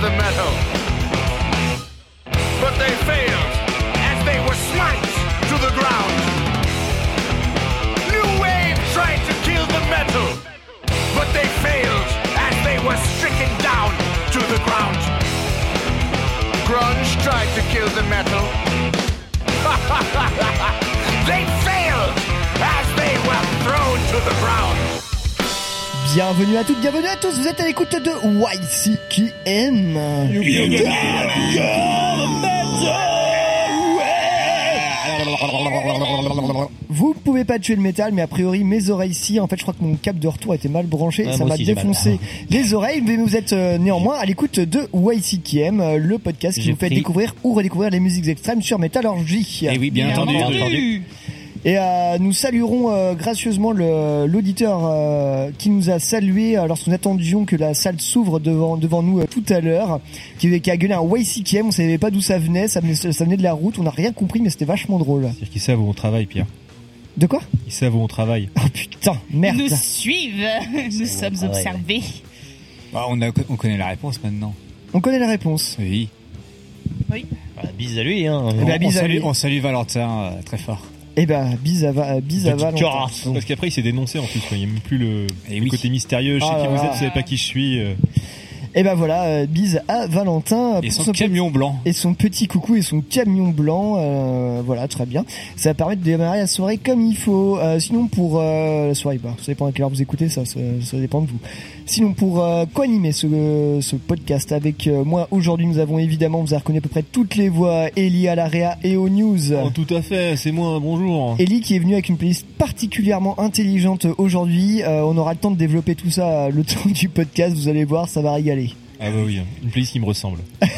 the metal. But they failed as they were smite to the ground. New Wave tried to kill the metal, but they failed as they were stricken down to the ground. Grunge tried to kill the metal. They failed as they were thrown to the ground. Bienvenue à toutes, bienvenue à tous, vous êtes à l'écoute de YCKM. Vous pouvez pas tuer le métal, mais a priori mes oreilles si. En fait, je crois que mon câble de retour était mal branché, ça m'a défoncé les oreilles. Mais vous êtes néanmoins à l'écoute de YCKM, le podcast qui vous fait découvrir ou redécouvrir les musiques extrêmes sur Métallurgie. Et oui, bien entendu. Et nous saluerons gracieusement l'auditeur qui nous a salué lorsque nous attendions que la salle s'ouvre devant nous tout à l'heure, qui a gueulé un YCKM, on savait pas d'où ça venait de la route, on n'a rien compris, mais c'était vachement drôle. C'est-à-dire qu'ils savent où on travaille, Pierre. De quoi ? Ils savent où on travaille. Oh putain, merde. Nous suivent, nous sommes observés. Ah, on connaît la réponse maintenant. On connaît la réponse. Oui. Oui. Bah, bise à lui, hein. On salue Valentin très fort. Eh ben, bise à Valentin. Parce qu'après, il s'est dénoncé en plus. Il n'y a même plus le côté mystérieux. Je sais qui vous êtes, vous savez pas qui je suis. Et ben voilà, bise à Valentin. Et son camion blanc. Et son petit coucou et son camion blanc. Voilà, très bien. Ça va permettre de démarrer la soirée comme il faut. Sinon pour la soirée, ça dépend à quelle heure vous écoutez, ça dépend de vous. Sinon pour co-animer ce podcast avec moi aujourd'hui, nous avons évidemment, vous avez reconnu à peu près toutes les voix, Ellie à l'Area et aux news. Oh, tout à fait, c'est moi, bonjour. Ellie qui est venue avec une playlist particulièrement intelligente aujourd'hui. On aura le temps de développer tout ça le temps du podcast, vous allez voir, ça va régaler. Ah bah oui, une playlist qui me ressemble.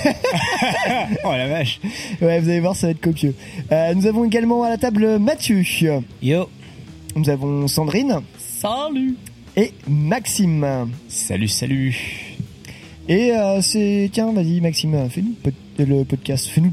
Oh la vache. Ouais, vous allez voir, ça va être copieux. Nous avons également à la table Mathieu. Yo. Nous avons Sandrine. Salut. Et Maxime. Salut. Et tiens, vas-y Maxime, fais-nous le podcast. Fais-nous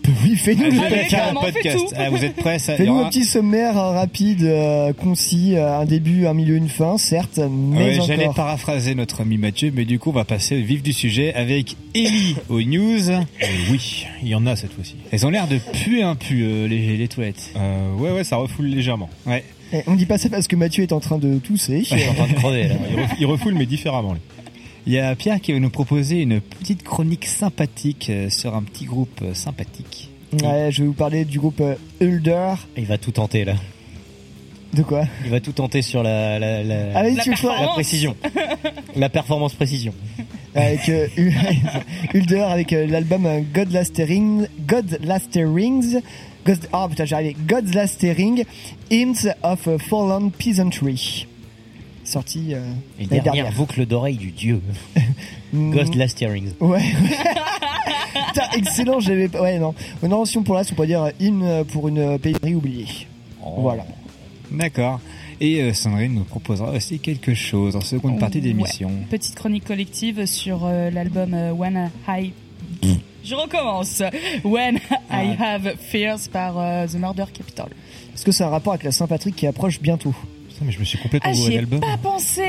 le podcast. Ah, vous êtes prêts, ça fais-nous un petit sommaire rapide, concis, un début, un milieu, une fin, certes, mais encore. J'allais paraphraser notre ami Mathieu, mais du coup on va passer au vif du sujet avec Ellie aux news. Oui, il y en a cette fois-ci. Elles ont l'air de puer un peu les toilettes. Ouais, ça refoule légèrement. Ouais. On dit pas ça parce que Mathieu est en train de tousser. Il est en train de crever là. Il refoule mais différemment. Lui. Il y a Pierre qui va nous proposer une petite chronique sympathique sur un petit groupe sympathique. Ouais, je vais vous parler du groupe Ulder. Il va tout tenter là. De quoi ? Il va tout tenter sur la précision. La performance précision. Avec Ulder avec l'album God's Lastering Hymns of a Fallen Peasantry. Sorti et dernière boucle d'oreille du dieu. Ghost Last Earrings. Ouais. Putain, excellent, j'avais pas. Ouais, non. Non, si on pourrait dire hymne pour une paysannerie oubliée. Oh. Voilà. D'accord. Et Sandrine nous proposera aussi quelque chose en seconde partie d'émission. Ouais. Petite chronique collective sur l'album Je recommence. When I Have Fears par The Murder Capital. Est-ce que c'est un rapport avec la Saint-Patrick qui approche bientôt ? Mais je me suis complètement bourré d'album. J'y ai pas pensé.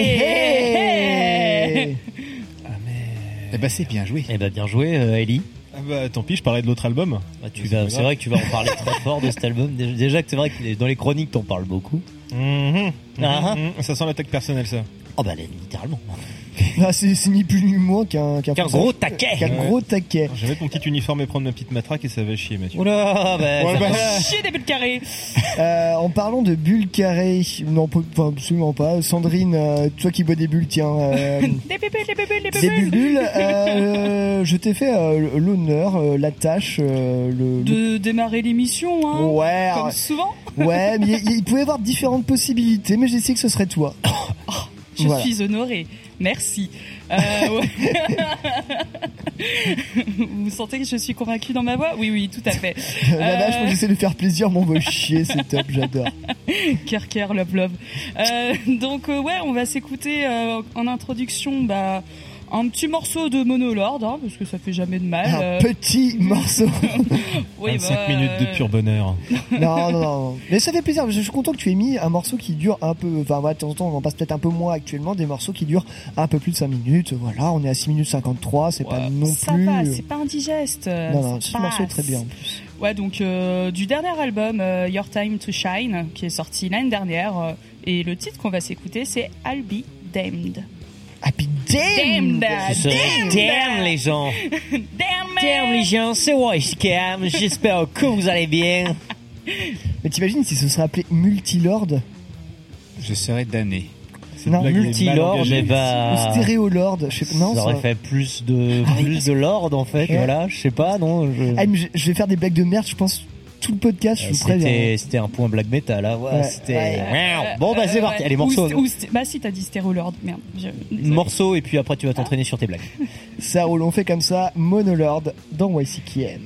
Ah mais. Eh ben c'est bien joué. Eh ben bien joué, Ellie. Ah bah tant pis, je parlais de l'autre album. Bah, c'est vrai que tu vas en parler très fort de cet album. Déjà que c'est vrai que dans les chroniques t'en parles beaucoup. Ça sent l'attaque personnelle ça. Oh bah littéralement. Ah, c'est ni plus ni moins qu'un gros taquet. Gros taquet. Je vais mettre mon petit uniforme et prendre ma petite matraque et ça va chier, Mathieu. Oula, chier des bulles carrées. En parlant de bulles carrées, non, absolument pas. Sandrine, toi qui bois des bulles, tiens. Des bulles. Je t'ai fait l'honneur, la tâche, de démarrer l'émission, hein. Ouais. Comme souvent. Ouais, mais il pouvait y avoir différentes possibilités, mais j'ai essayé que ce serait toi. Je suis honorée. Merci. Ouais. Vous sentez que je suis convaincue dans ma voix ? Oui, tout à fait. La vache, moi j'essaie de faire plaisir, mais on va chier, c'est top, j'adore. Cœur, love. Donc ouais, on va s'écouter en introduction, Un petit morceau de Monolord, hein, parce que ça fait jamais de mal. Un petit morceau. Oui, 25 minutes de pur bonheur. Non. Mais ça fait plaisir. Je suis content que tu aies mis un morceau qui dure un peu, enfin, de temps en temps, on en passe peut-être un peu moins actuellement, des morceaux qui durent un peu plus de 5 minutes. Voilà, on est à 6 minutes 53, c'est pas non ça plus. va, c'est pas indigeste. Non, ce morceau est très bien en plus. Ouais, donc, du dernier album, Your Time to Shine, qui est sorti l'année dernière, et le titre qu'on va s'écouter, c'est I'll Be Damned. Happy Damned! Damn les gens! Damn les gens, c'est Wisecam, j'espère que vous allez bien. Mais t'imagines si ce serait appelé Multilord? Je serais damné. Non, Multilord, ou Stéréolord, je sais pas. Non, ça aurait fait plus de Lord en fait, voilà, je sais pas, non. Je vais faire des blagues de merde, je pense. Tout le podcast, je vous préviens. C'était un point black metal, là. Ouais, c'était. Bon, bah, c'est parti. Allez, morceau. Bah, si, t'as dit Stéréolord, merde. Morceau, et puis après, tu vas t'entraîner sur tes blagues. Ça roule, on fait comme ça. Monolord dans YCKM.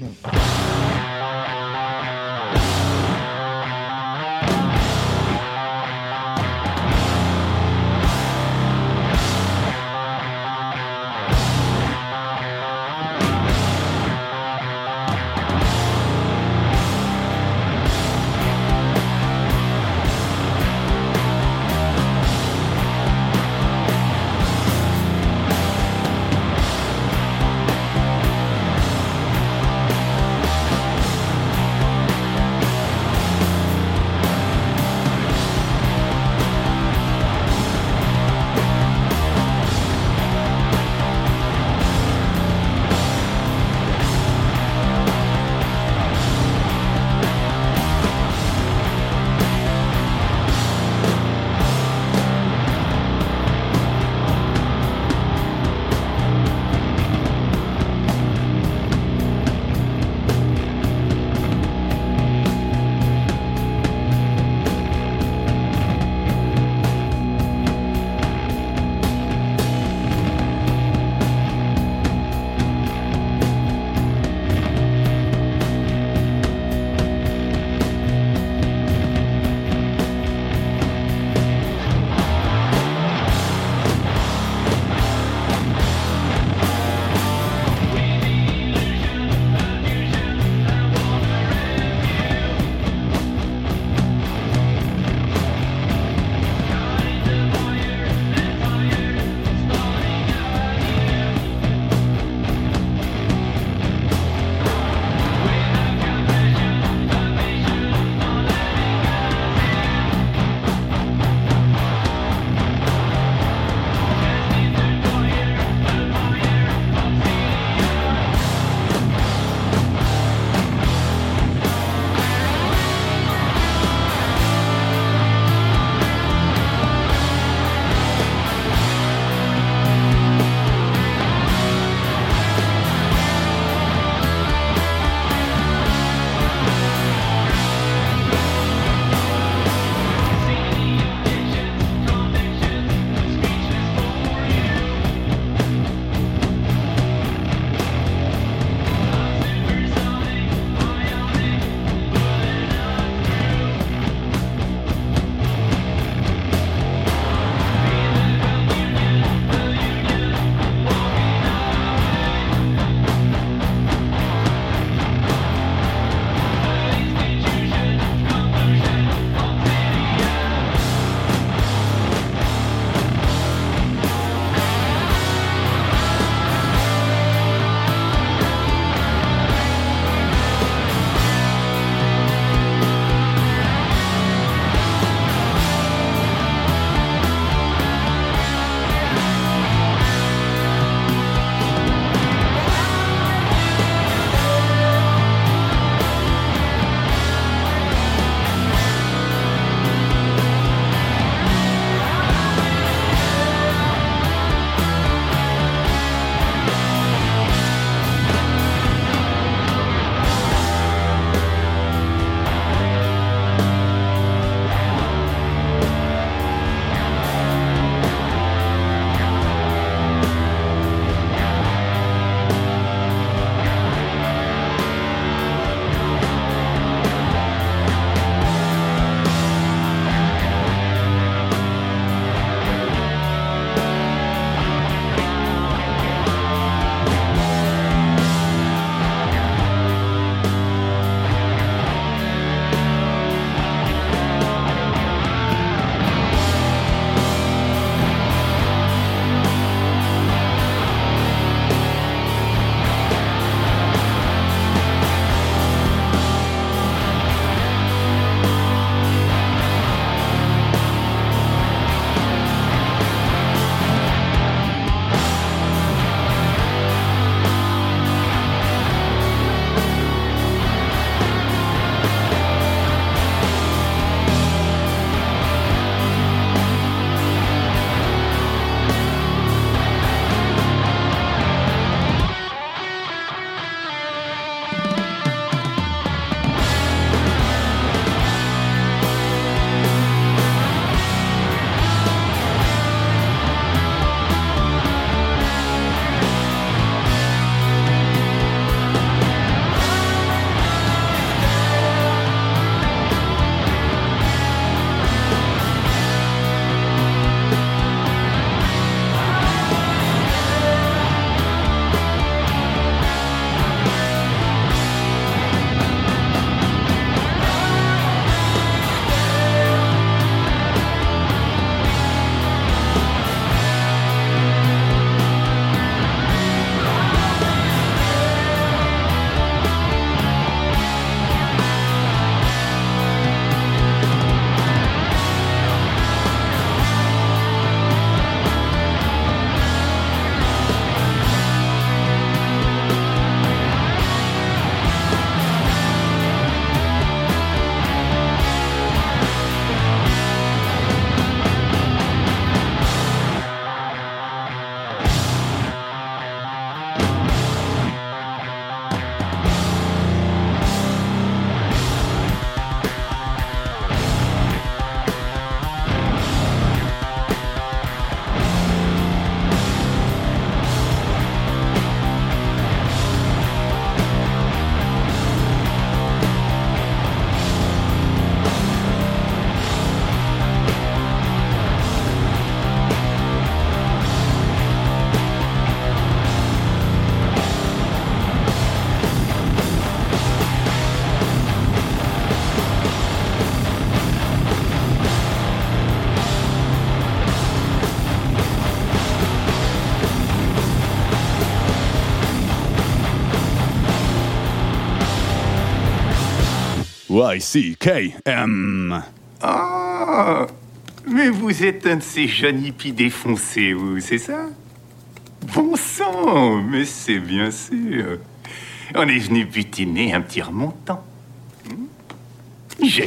Y-C-K-M. Ah, mais vous êtes un de ces jeunes hippies défoncés, vous, c'est ça? Bon sang, mais c'est bien sûr. On est venu butiner un petit remontant. J'ai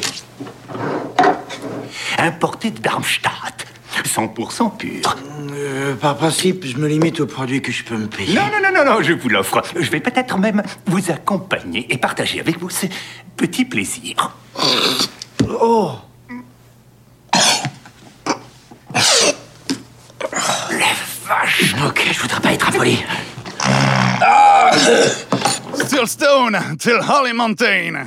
importé de Darmstadt, 100% pur. Par principe, je me limite aux produits que je peux me payer. Non, je vous l'offre. Je vais peut-être même vous accompagner et partager avec vous ce petit plaisir. Oh! La vache! Ok, je voudrais pas être affolé. Still stone till Holly Mountain.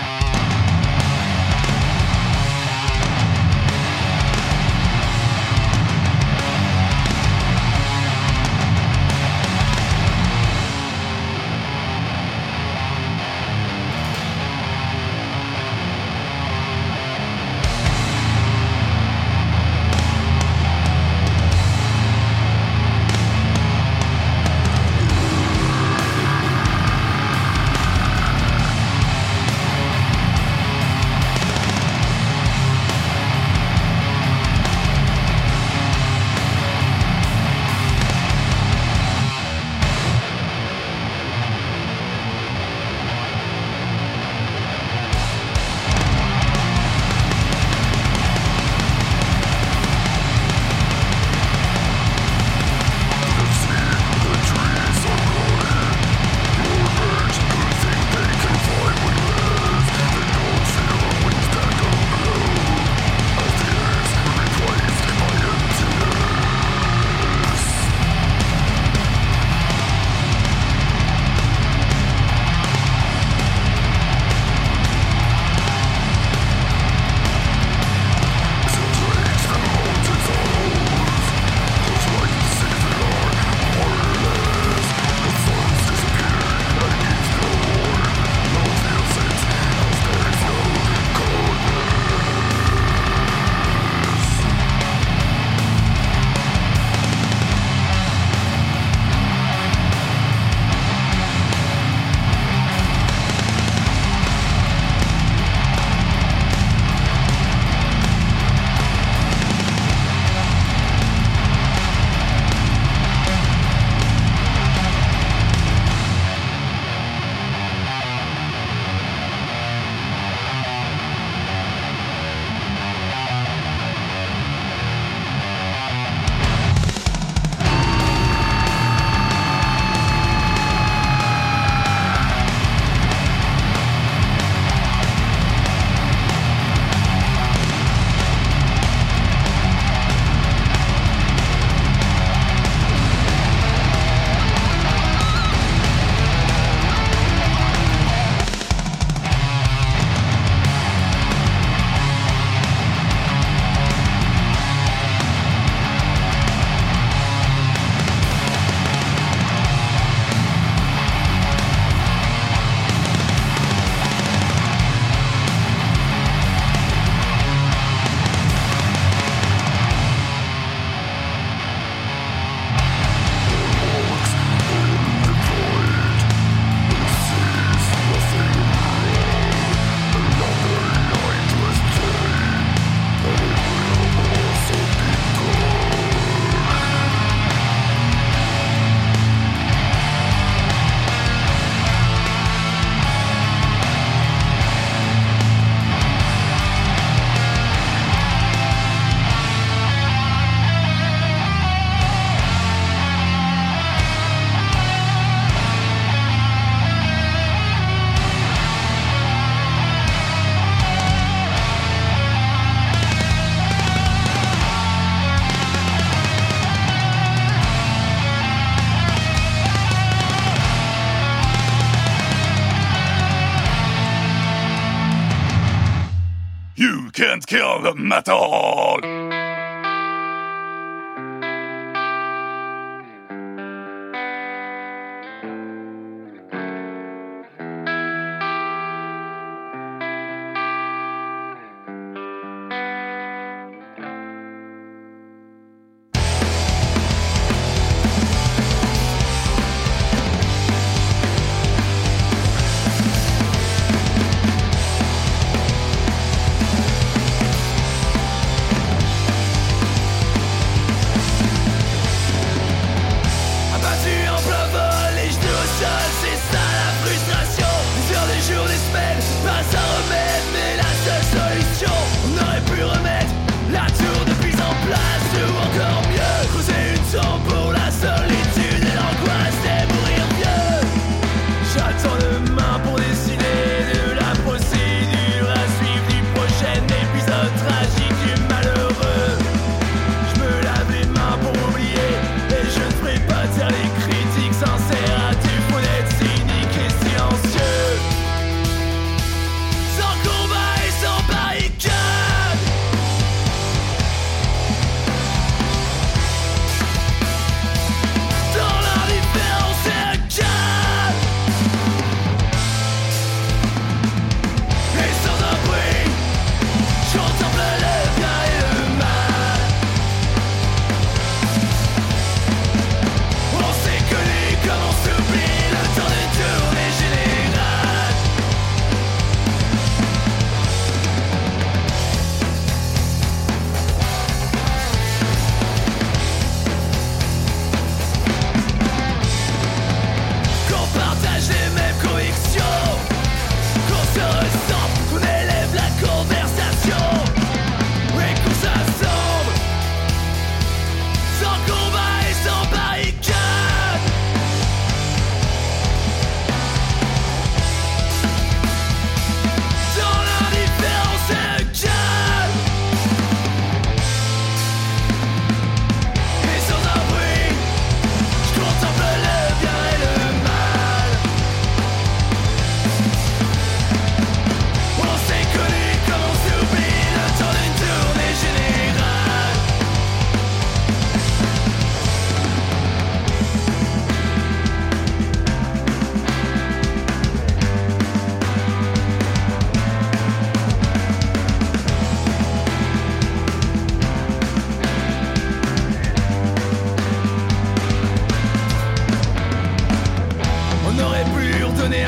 can't kill the metal!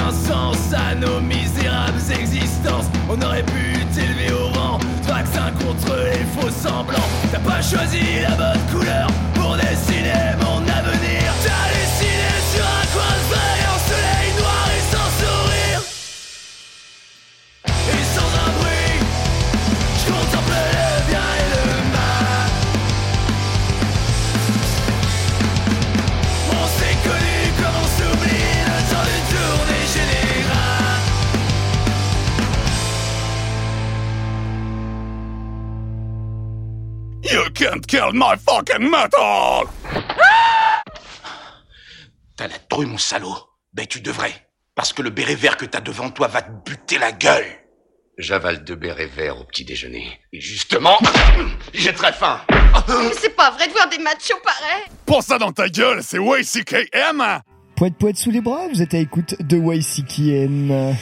un sens à nos misérables existences. On aurait pu t'élever au rang, vaccin contre les faux semblants. T'as pas choisi la bonne couleur pour dessiner mon avenir. T'as dessiné sur un coin de feuille un soleil noir et sans sourire. Et sans un bruit, je contemple le bien et le mal. On s'est connu comme on s'oublie le temps d'une tournée générale. You can't kill my fucking metal! T'as la trouille, mon salaud. Ben, tu devrais. Parce que le béret vert que t'as devant toi va te buter la gueule. J'avale 2 bérets verts au petit déjeuner. Et justement, j'ai très faim. Mais c'est pas vrai de voir des machos pareils. Pour ça dans ta gueule, c'est YCKM! Poète sous les bras, vous êtes à l'écoute de YCKM.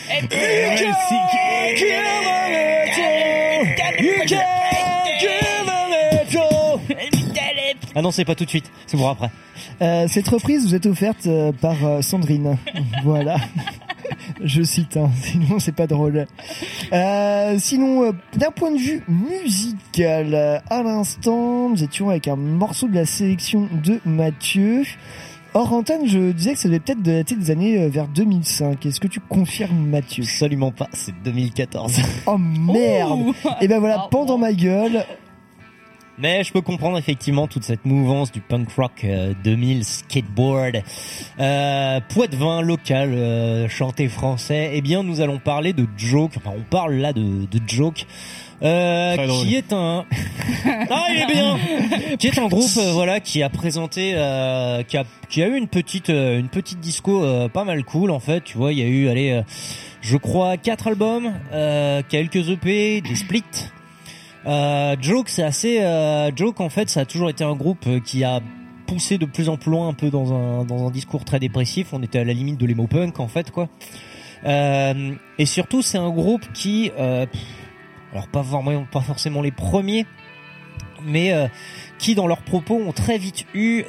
Ah non, c'est pas tout de suite, c'est pour après. Cette reprise vous est offerte par Sandrine. Voilà. Je cite, hein. Sinon c'est pas drôle. Sinon, d'un point de vue musical, à l'instant, nous étions avec un morceau de la sélection de Mathieu. Hors antenne, je disais que ça devait peut-être dater des années vers 2005. Est-ce que tu confirmes, Mathieu? Absolument pas, c'est 2014. Oh merde. Et ben voilà, pendant ma gueule. Mais je peux comprendre effectivement toute cette mouvance du punk rock 2000 skateboard, Poitevin local, chanté français. Eh bien, nous allons parler de Joke. Enfin, on parle là de Joke, qui est un il est bien, qui est un groupe voilà qui a présenté, qui a eu une petite disco pas mal cool en fait. Tu vois, il y a eu je crois 4 albums, quelques EP, des splits. Joke, c'est assez Joke en fait, ça a toujours été un groupe qui a poussé de plus en plus loin un peu dans un discours très dépressif. On était à la limite de l'emo punk en fait quoi. Et surtout c'est un groupe qui alors pas forcément les premiers, mais qui dans leurs propos ont très vite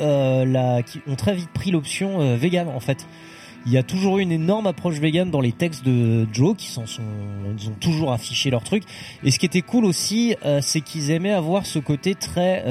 pris l'option vegan en fait. Il y a toujours eu une énorme approche vegan dans les textes de Joe, ils ont toujours affiché leur truc. Et ce qui était cool aussi, c'est qu'ils aimaient avoir ce côté très,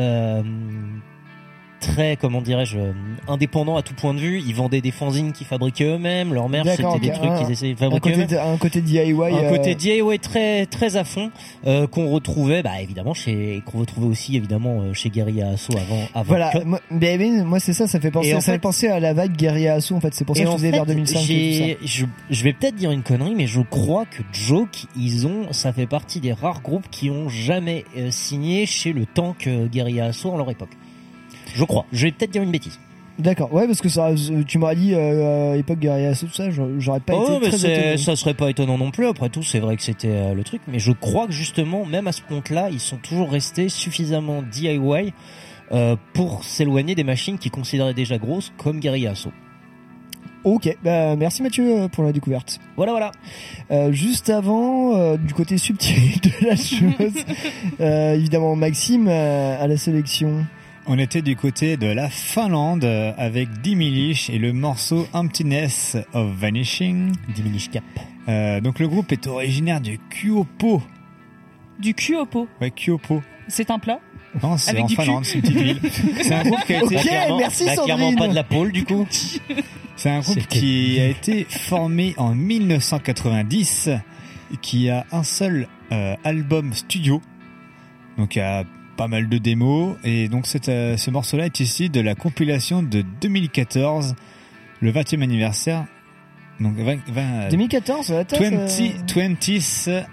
comment dirais-je, indépendant à tout point de vue. Ils vendaient des fanzines qu'ils fabriquaient eux-mêmes, leur mère c'était des trucs qu'ils essayaient de fabriquer eux-mêmes. Un côté DIY. Un côté DIY très, très à fond, qu'on retrouvait, évidemment qu'on retrouvait aussi, évidemment, chez Guerilla Assault avant. Voilà. Moi, c'est ça fait penser, ça fait penser à la vague Guerilla Assault, en fait. C'est pour ça que je faisais vers 2005 et tout ça. Je vais peut-être dire une connerie, mais je crois que Joke, ça fait partie des rares groupes qui ont jamais signé chez le tank Guerilla Assault en leur époque. Je crois. Je vais peut-être dire une bêtise. D'accord. Ouais, parce que ça, tu m'aurais dit époque guerrier tout ça, j'aurais pas été très étonné. Ça serait pas étonnant non plus. Après tout, c'est vrai que c'était le truc, mais je crois que justement, même à ce compte-là, ils sont toujours restés suffisamment DIY pour s'éloigner des machines qu'ils considéraient déjà grosses, comme Guerilla Assault. Ok, merci Mathieu pour la découverte. Voilà. Juste avant, du côté subtil de la chose, évidemment Maxime à la sélection. On était du côté de la Finlande avec Dimilish et le morceau Emptiness of Vanishing. Dimilish Cap. Donc le groupe est originaire du Kuopio. Du Kuopio. Ouais, Kuopio. C'est un plat? Non, c'est en Finlande, c'est une petite ville. C'est un groupe qui a été clairement pas de la pôle du coup. C'est un groupe qui a été formé en 1990, qui a un seul album studio. Donc il y a pas mal de démos, et donc ce morceau-là est issu de la compilation de 2014, le 20e anniversaire. Donc 2014, 20th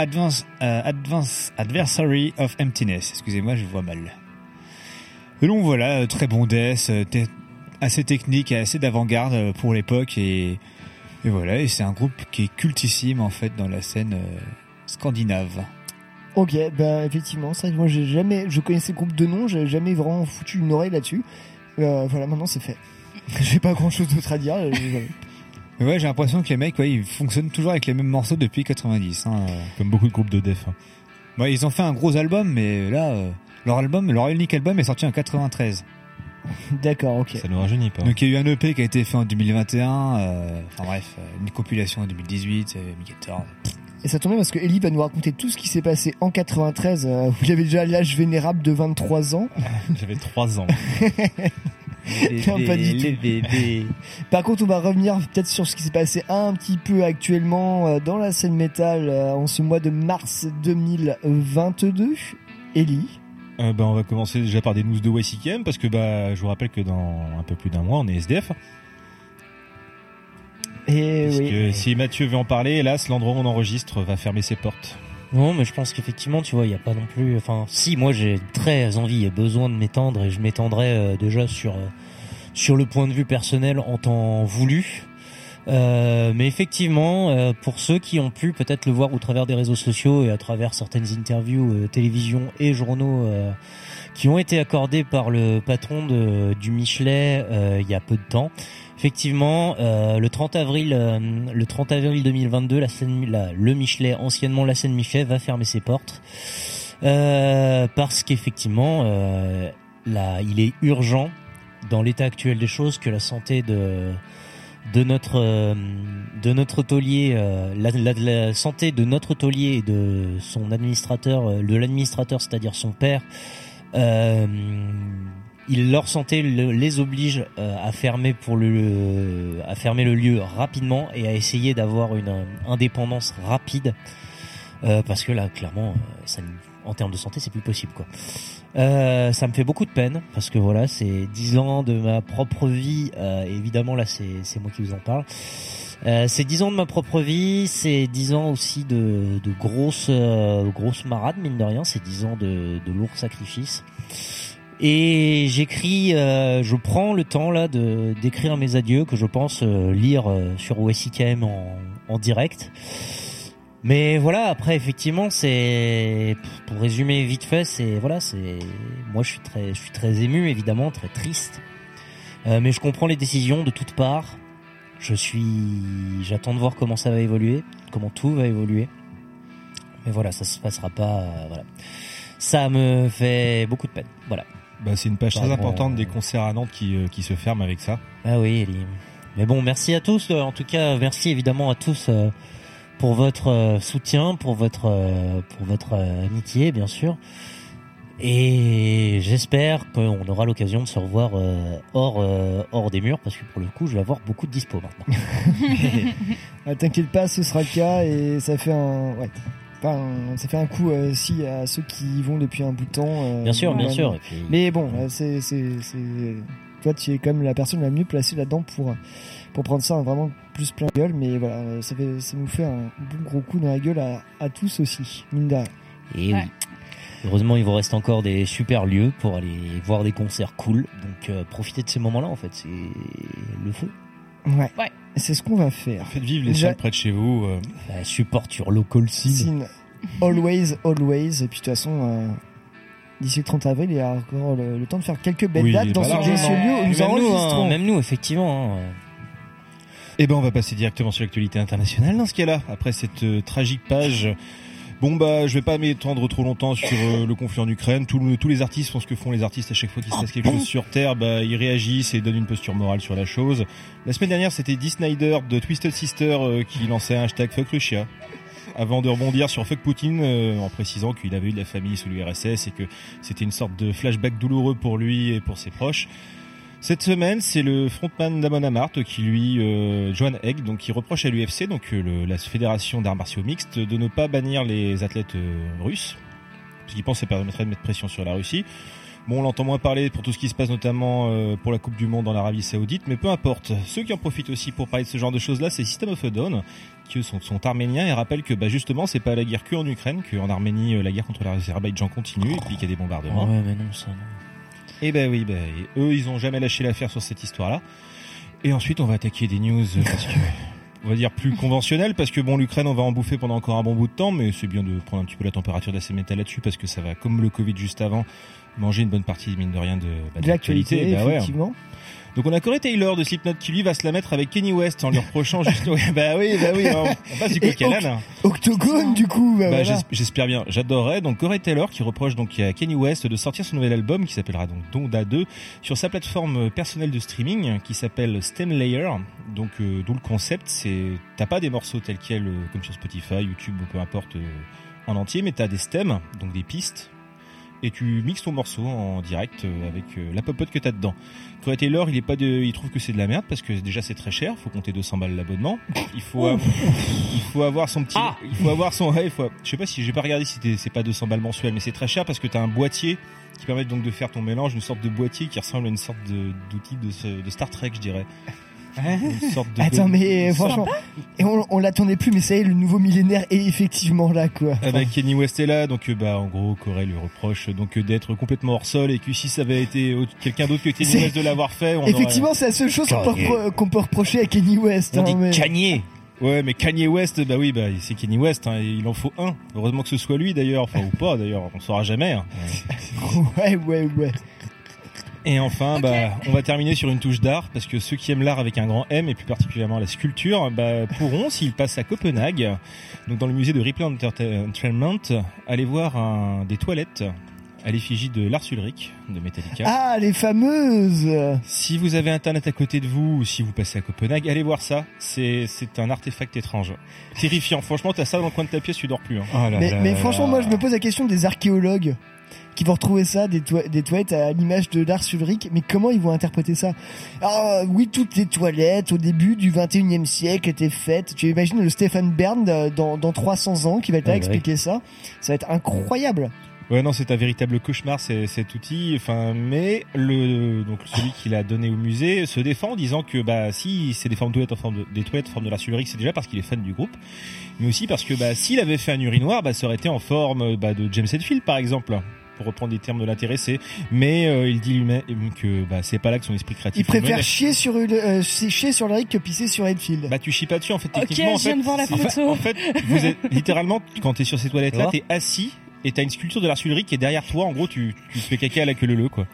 Adversary of Emptiness. Excusez-moi, je vois mal. Et donc voilà, très bon death, assez technique et assez d'avant-garde pour l'époque, et voilà, et c'est un groupe qui est cultissime en fait dans la scène scandinave. Ok, effectivement, ça, moi je connaissais le groupe de nom, j'ai jamais vraiment foutu une oreille là-dessus. Voilà, maintenant c'est fait. J'ai pas grand-chose d'autre à dire. Ouais, j'ai l'impression que les mecs, ils fonctionnent toujours avec les mêmes morceaux depuis 90. Comme beaucoup de groupes de def. Ouais, ils ont fait un gros album, mais là, leur unique album est sorti en 93. D'accord, ok. Ça nous rajeunit pas. Donc il y a eu un EP qui a été fait en 2021, enfin bref, une compilation en 2018, Mi-14. Et ça tombe bien parce que Ellie va nous raconter tout ce qui s'est passé en 93. Vous avez déjà l'âge vénérable de 23 ans. J'avais 3 ans. Non, pas du tout. Par contre, on va revenir peut-être sur ce qui s'est passé un petit peu actuellement dans la scène métal en ce mois de mars 2022. Ellie. On va commencer déjà par des news de YCKM parce que je vous rappelle que dans un peu plus d'un mois, on est SDF. Et parce oui. que si Mathieu veut en parler, hélas, l'endroit où on enregistre va fermer ses portes. Non, mais je pense qu'effectivement, tu vois, il y a pas non plus. Enfin, si, moi, j'ai très envie et besoin de m'étendre, et je m'étendrai déjà sur le point de vue personnel en temps voulu. Mais effectivement, pour ceux qui ont pu peut-être le voir au travers des réseaux sociaux et à travers certaines interviews, télévision et journaux qui ont été accordés par le patron du Michelet il y a peu de temps. Effectivement, le 30 avril 2022, le Michelet, anciennement la scène Michelet, va fermer ses portes parce qu'effectivement, il est urgent dans l'état actuel des choses que la santé de notre taulier, la santé de notre taulier et de son administrateur, de l'administrateur, c'est-à-dire son père. Leur santé les oblige à fermer le lieu rapidement et à essayer d'avoir une indépendance rapide parce que là clairement en termes de santé c'est plus possible quoi. Ça me fait beaucoup de peine parce que voilà, c'est 10 ans de ma propre vie, évidemment là c'est moi qui vous en parle. C'est 10 ans de ma propre vie, c'est 10 ans aussi de grosses marades, mine de rien, c'est 10 ans de lourds sacrifices. Et je prends le temps là d'écrire mes adieux que je pense lire sur OSIKM en direct. Mais voilà, après effectivement, pour résumer vite fait, moi je suis très ému évidemment, très triste. Mais je comprends les décisions de toutes parts. J'attends de voir comment ça va évoluer, comment tout va évoluer. Mais voilà, ça se passera pas, voilà. Ça me fait beaucoup de peine, voilà. C'est une page très importante des concerts à Nantes qui se ferme avec ça. Ah oui, Ellie. Mais bon, merci à tous. En tout cas, merci évidemment à tous pour votre soutien, pour votre amitié, bien sûr. Et j'espère qu'on aura l'occasion de se revoir hors des murs, parce que pour le coup, je vais avoir beaucoup de dispo maintenant. T'inquiète pas, ce sera le cas et ça fait ça fait un coup aussi à ceux qui y vont depuis un bout de temps. Bien sûr. Et puis... Mais bon, c'est toi, tu es quand même la personne la mieux placée là-dedans pour prendre ça vraiment plus plein de gueule. Mais voilà, ça nous fait un bon gros coup dans la gueule à tous aussi, mine de rien. Et oui. Heureusement, il vous reste encore des super lieux pour aller voir des concerts cool. Donc, profitez de ces moments-là, en fait. C'est le feu. Ouais. C'est ce qu'on va faire. Faites vivre les salles près de chez vous. Support your local scene. Always. Et puis, de toute façon, d'ici le 30 avril, il y a encore le temps de faire quelques belles dates dans ce lieu où nous enregistrons. Même nous, effectivement. Eh ben, on va passer directement sur l'actualité internationale dans ce cas-là. Après cette tragique page. Je vais pas m'étendre trop longtemps sur le conflit en Ukraine. Tous les artistes font ce que font les artistes à chaque fois qu'il se passe quelque chose sur Terre. Ils réagissent et donnent une posture morale sur la chose. La semaine dernière, c'était Dee Snider de Twisted Sister qui lançait un hashtag Fuck Russia avant de rebondir sur Fuck Poutine en précisant qu'il avait eu de la famille sous l'URSS et que c'était une sorte de flashback douloureux pour lui et pour ses proches. Cette semaine, c'est le frontman d'Amon Amarth qui Johan Egg, donc qui reproche à l'UFC, donc la fédération d'arts martiaux mixtes, de ne pas bannir les athlètes russes, parce qu'il pense que ça permettrait de mettre pression sur la Russie. Bon, on l'entend moins parler pour tout ce qui se passe notamment pour la Coupe du Monde en Arabie Saoudite, mais peu importe. Ceux qui en profitent aussi pour parler de ce genre de choses-là, c'est System of a Down, qui eux sont arméniens et rappellent que justement c'est pas la guerre que en Ukraine, qu'en Arménie la guerre contre l'Azerbaïdjan continue et puis qu'il y a des bombardements. Ouais, mais non, ça non. Et oui, et eux, ils ont jamais lâché l'affaire sur cette histoire-là. Et ensuite, on va attaquer des news parce que, on va dire plus conventionnelles, parce que l'Ukraine, on va en bouffer pendant encore un bon bout de temps, mais c'est bien de prendre un petit peu la température de la scène métal là-dessus, parce que ça va, comme le Covid juste avant, manger une bonne partie, mine de rien, de l'actualité. Effectivement. Donc on a Corey Taylor de Slipknot qui lui va se la mettre avec Kanye West en lui reprochant juste bah oui, on passe du coq à l'âne. Octogone du coup. Voilà. J'espère bien, j'adorerais. Donc Corey Taylor qui reproche donc à Kanye West de sortir son nouvel album qui s'appellera donc Donda 2 sur sa plateforme personnelle de streaming qui s'appelle Stem Layer. Donc d'où le concept, c'est t'as pas des morceaux tels quels comme sur Spotify, YouTube ou peu importe en entier, mais t'as des stems, donc des pistes. Et tu mixes ton morceau en direct avec la popote que t'as dedans. Corey Taylor, il trouve que c'est de la merde parce que déjà c'est très cher, faut compter 200 balles l'abonnement. Il faut avoir son petit, je sais pas si j'ai pas regardé si c'est pas 200 balles mensuelles, mais c'est très cher parce que t'as un boîtier qui permet donc de faire ton mélange, une sorte de boîtier qui ressemble à une sorte d'outil de Star Trek, je dirais. Une sorte de Attends, mais franchement, et on l'attendait plus, mais ça y est, le nouveau millénaire est effectivement là, quoi. Avec Kanye West est là, donc en gros, Corey lui reproche donc d'être complètement hors sol et que si ça avait été quelqu'un d'autre que Kanye West de l'avoir fait, effectivement, c'est la seule chose qu'on peut reprocher à Kanye West. On dit Kanye. Ouais, mais Kanye West, c'est Kanye West, hein, il en faut un. Heureusement que ce soit lui d'ailleurs, enfin ou pas d'ailleurs, on saura jamais. Hein. Ouais. Et enfin, on va terminer sur une touche d'art, parce que ceux qui aiment l'art avec un grand M, et plus particulièrement la sculpture, pourront, s'ils passent à Copenhague, donc dans le musée de Ripley Entertainment, aller voir des toilettes à l'effigie de Lars Ulrich de Metallica. Ah, les fameuses! Si vous avez Internet à côté de vous, ou si vous passez à Copenhague, allez voir ça. C'est un artefact étrange. Terrifiant. Franchement, t'as ça dans le coin de ta pièce, tu dors plus. Hein. Mais franchement, moi, je me pose la question des archéologues qui vont retrouver ça, des toilettes à l'image de Lars Ulrich, mais comment ils vont interpréter ça? Alors, oui, toutes les toilettes au début du 21e siècle étaient faites. Tu imagines le Stefan Bern dans 300 ans qui va expliquer ça. Ça va être incroyable. Ouais, non, c'est un véritable cauchemar, cet outil. Enfin, mais donc celui qui l'a donné au musée se défend en disant que si c'est des toilettes en forme de Lars Ulrich, c'est déjà parce qu'il est fan du groupe, mais aussi parce que s'il avait fait un urinoir, ça aurait été en forme de James Hetfield par exemple, pour reprendre des termes de l'intéressé. Mais il dit lui-même que c'est pas là que son esprit créatif. Il préfère chier sur Ulrich que pisser sur Hetfield. Tu chies pas dessus en fait. Techniquement, je viens de voir la photo. En fait, vous êtes littéralement quand t'es sur ces toilettes là, t'es assis. Et t'as une sculpture de Lars Ulrich qui est derrière toi. En gros, tu te fais caca à la queue leu quoi.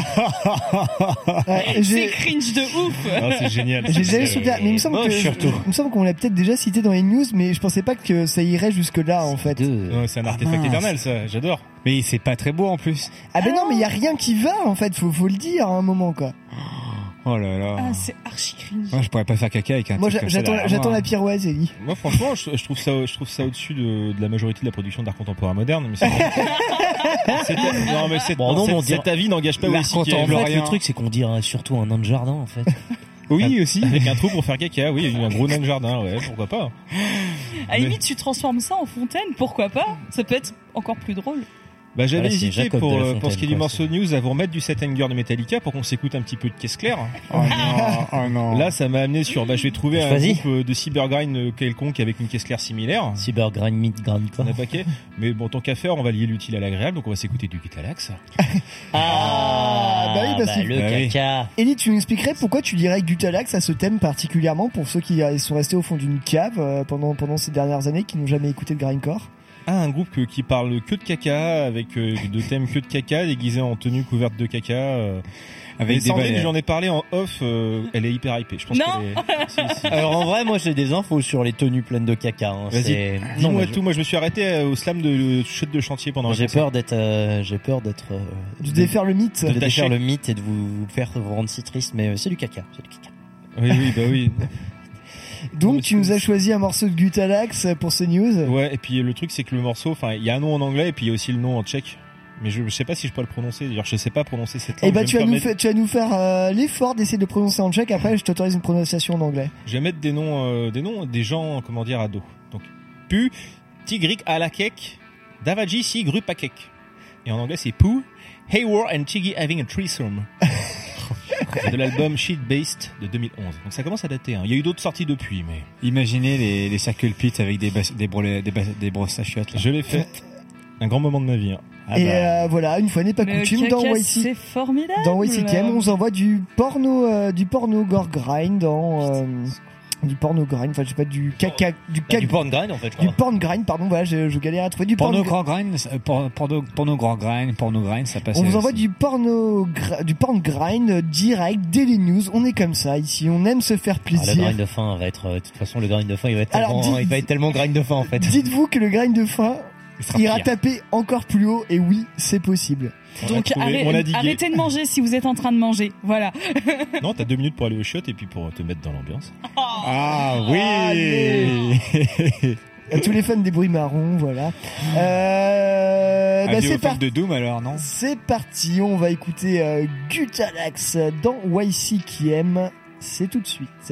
C'est cringe de ouf. Non, c'est génial. J'ai jamais sauté. Mais il me semble qu'on l'a peut-être déjà cité dans les news, mais je pensais pas que ça irait jusque là en fait. Ouais, c'est un artefact éternel, ça. J'adore. Mais c'est pas très beau en plus. Non, mais il y a rien qui va en fait. Faut le dire à un moment quoi. Oh là là. Ah, c'est archi cringe. Moi, je pourrais pas faire caca avec un. Moi, j'attends la pirouette, Ellie. Moi, franchement, je trouve ça au-dessus de la majorité de la production d'art contemporain moderne. Mais cet avis n'engage pas aussi. En fait, le truc, c'est qu'on dirait surtout un nain de jardin, en fait. Oui, aussi. Avec un trou pour faire caca, oui, un gros nain de jardin, ouais, pourquoi pas. À la limite, tu transformes ça en fontaine, pourquoi pas? Ça peut être encore plus drôle. J'avais hésité pour ce qui est du morceau de news à vous remettre du Set Anger de Metallica pour qu'on s'écoute un petit peu de Caisse Claire. Oh non. Là, ça m'a amené sur, je vais trouver un groupe de cybergrind quelconque avec une Caisse Claire similaire. Cybergrind, mid-grind, quoi. On a paquet. Mais bon, tant qu'à faire, on va lier l'utile à l'agréable, donc on va s'écouter du Gutalax. Le caca. Ellie, tu nous expliquerais pourquoi tu dirais Gutalax à ce thème particulièrement pour ceux qui sont restés au fond d'une cave pendant ces dernières années, qui n'ont jamais écouté de grindcore? Un groupe qui parle que de caca, avec de thèmes que de caca, déguisé en tenue couverte de caca. Avec des balais. J'en ai parlé en off, elle est hyper hypée. Je pense qu'elle est... Alors en vrai, moi j'ai des infos sur les tenues pleines de caca. Hein. Vas-y, dis-moi tout. Moi je me suis arrêté au slam de chute de chantier pendant. J'ai peur d'être. De défaire le mythe. De défaire le mythe et de vous faire vous rendre si triste, mais c'est du caca. Oui. Donc tu nous as choisi un morceau de Gutalax pour ce news. Ouais, et puis le truc c'est que le morceau, il y a un nom en anglais et puis il y a aussi le nom en tchèque. Mais je sais pas si je peux le prononcer. D'ailleurs, je sais pas prononcer cette langue. Tu vas nous faire l'effort d'essayer de le prononcer en tchèque. Après, je t'autorise une prononciation en anglais. Je vais mettre des noms des gens, à dos. Donc, Pu, Tigrik Alakek, Davaji Si Grupakek. Et en anglais, c'est Pu, Hayward and Chigi having a threesome. C'est de l'album Shit Based de 2011. Donc ça commence à dater. Il y a eu d'autres sorties depuis, mais. Imaginez les circle pits avec des brosses à chiottes. Je l'ai fait. Un grand moment de ma vie. Voilà, une fois n'est pas coutume, dans YC, c'est formidable. Dans YCKM, on vous envoie du porno gore grind Du porno grind, enfin je sais pas, du caca, du porn grind en fait, je crois. Du porn grind, pardon, voilà, je galère à trouver du porno grind, porno grind, ça passe. On vous envoie du porn grind direct, Daily News, on est comme ça ici, on aime se faire plaisir. Le grind de fin va être, de toute façon le grind de fin il va être tellement grind de fin en fait. Dites-vous que le grind de fin ira taper encore plus haut, et oui, c'est possible. Donc arrêtez de manger si vous êtes en train de manger, voilà. Non, t'as 2 minutes pour aller au shot et puis pour te mettre dans l'ambiance. Ah oui. À tous les fans des bruits marrons, voilà. C'est parti de Doom alors, non? C'est parti, on va écouter Gutalax dans YCKM. C'est tout de suite.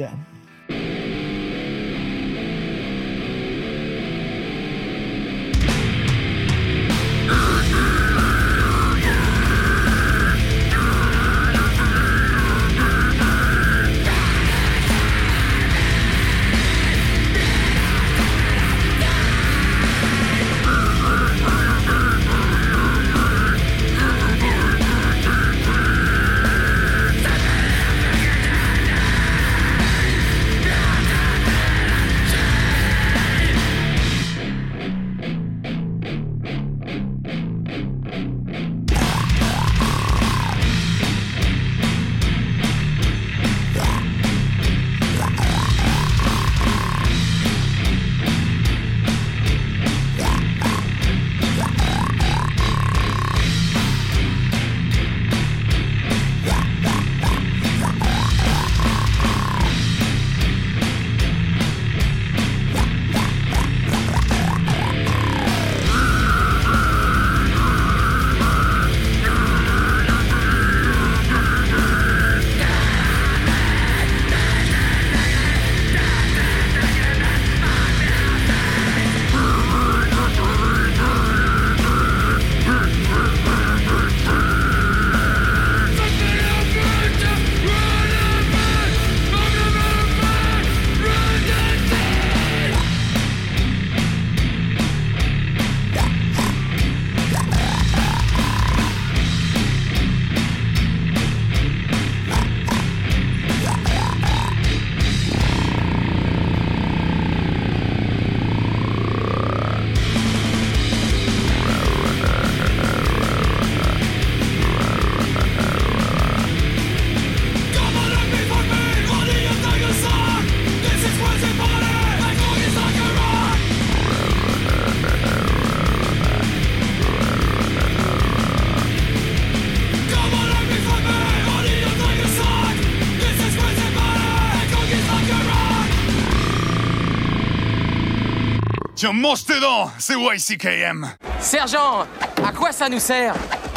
Tiens, mange tes dents, c'est YCKM. Sergent, à quoi ça nous sert?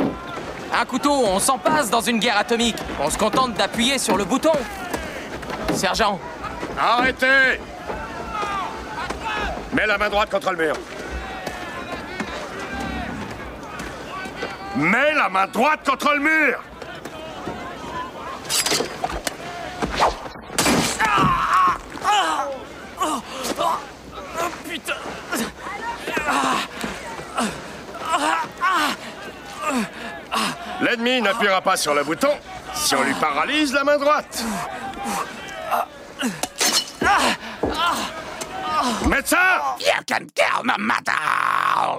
Un couteau, on s'en passe dans une guerre atomique. On se contente d'appuyer sur le bouton. Sergent. Arrêtez! Mets la main droite contre le mur. Mets la main droite contre le mur! Putain! L'ennemi n'appuiera pas sur le bouton si on lui paralyse la main droite. Médecin! You can kill the metal!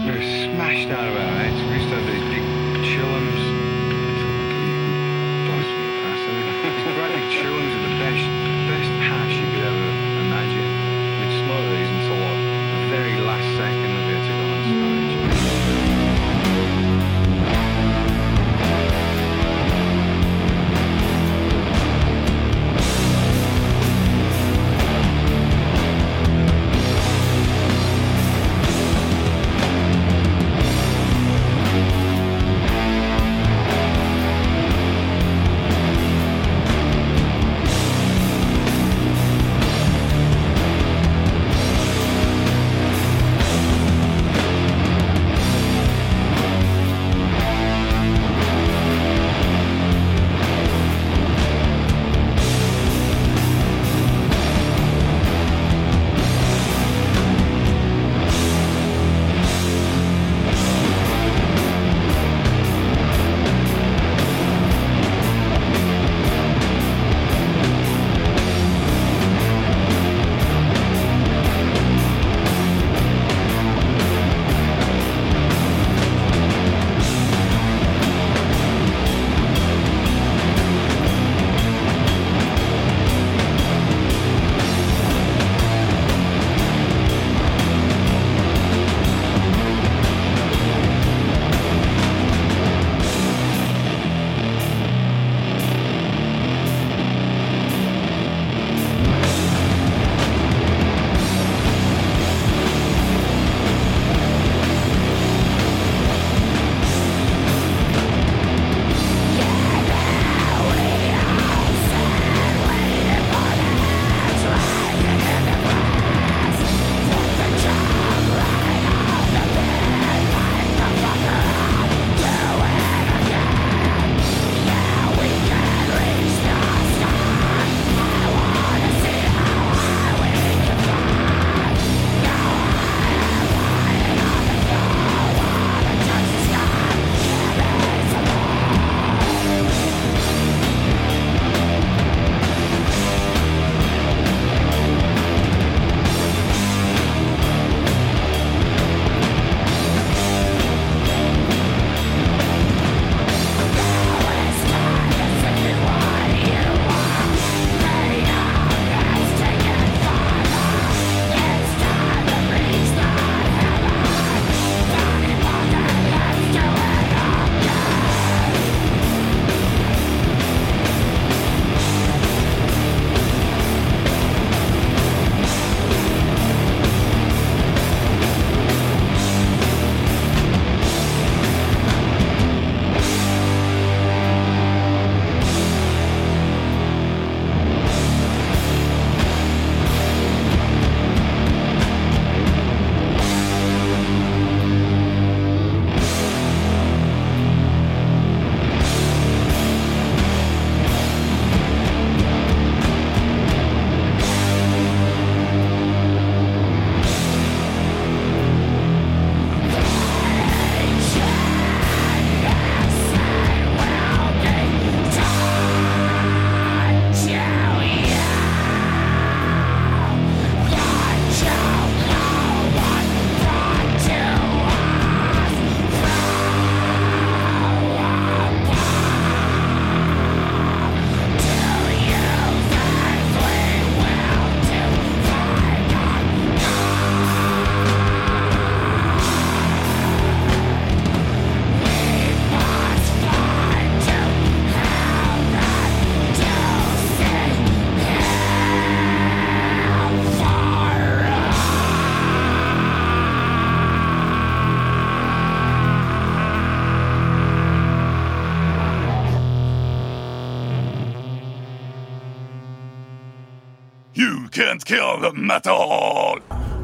We were smashed out of our heads. We used to have these big chillums. These great big chillums are the best hash you could ever imagine. We'd smoke these until like the very last second of it to go on stage. You can't kill the metal!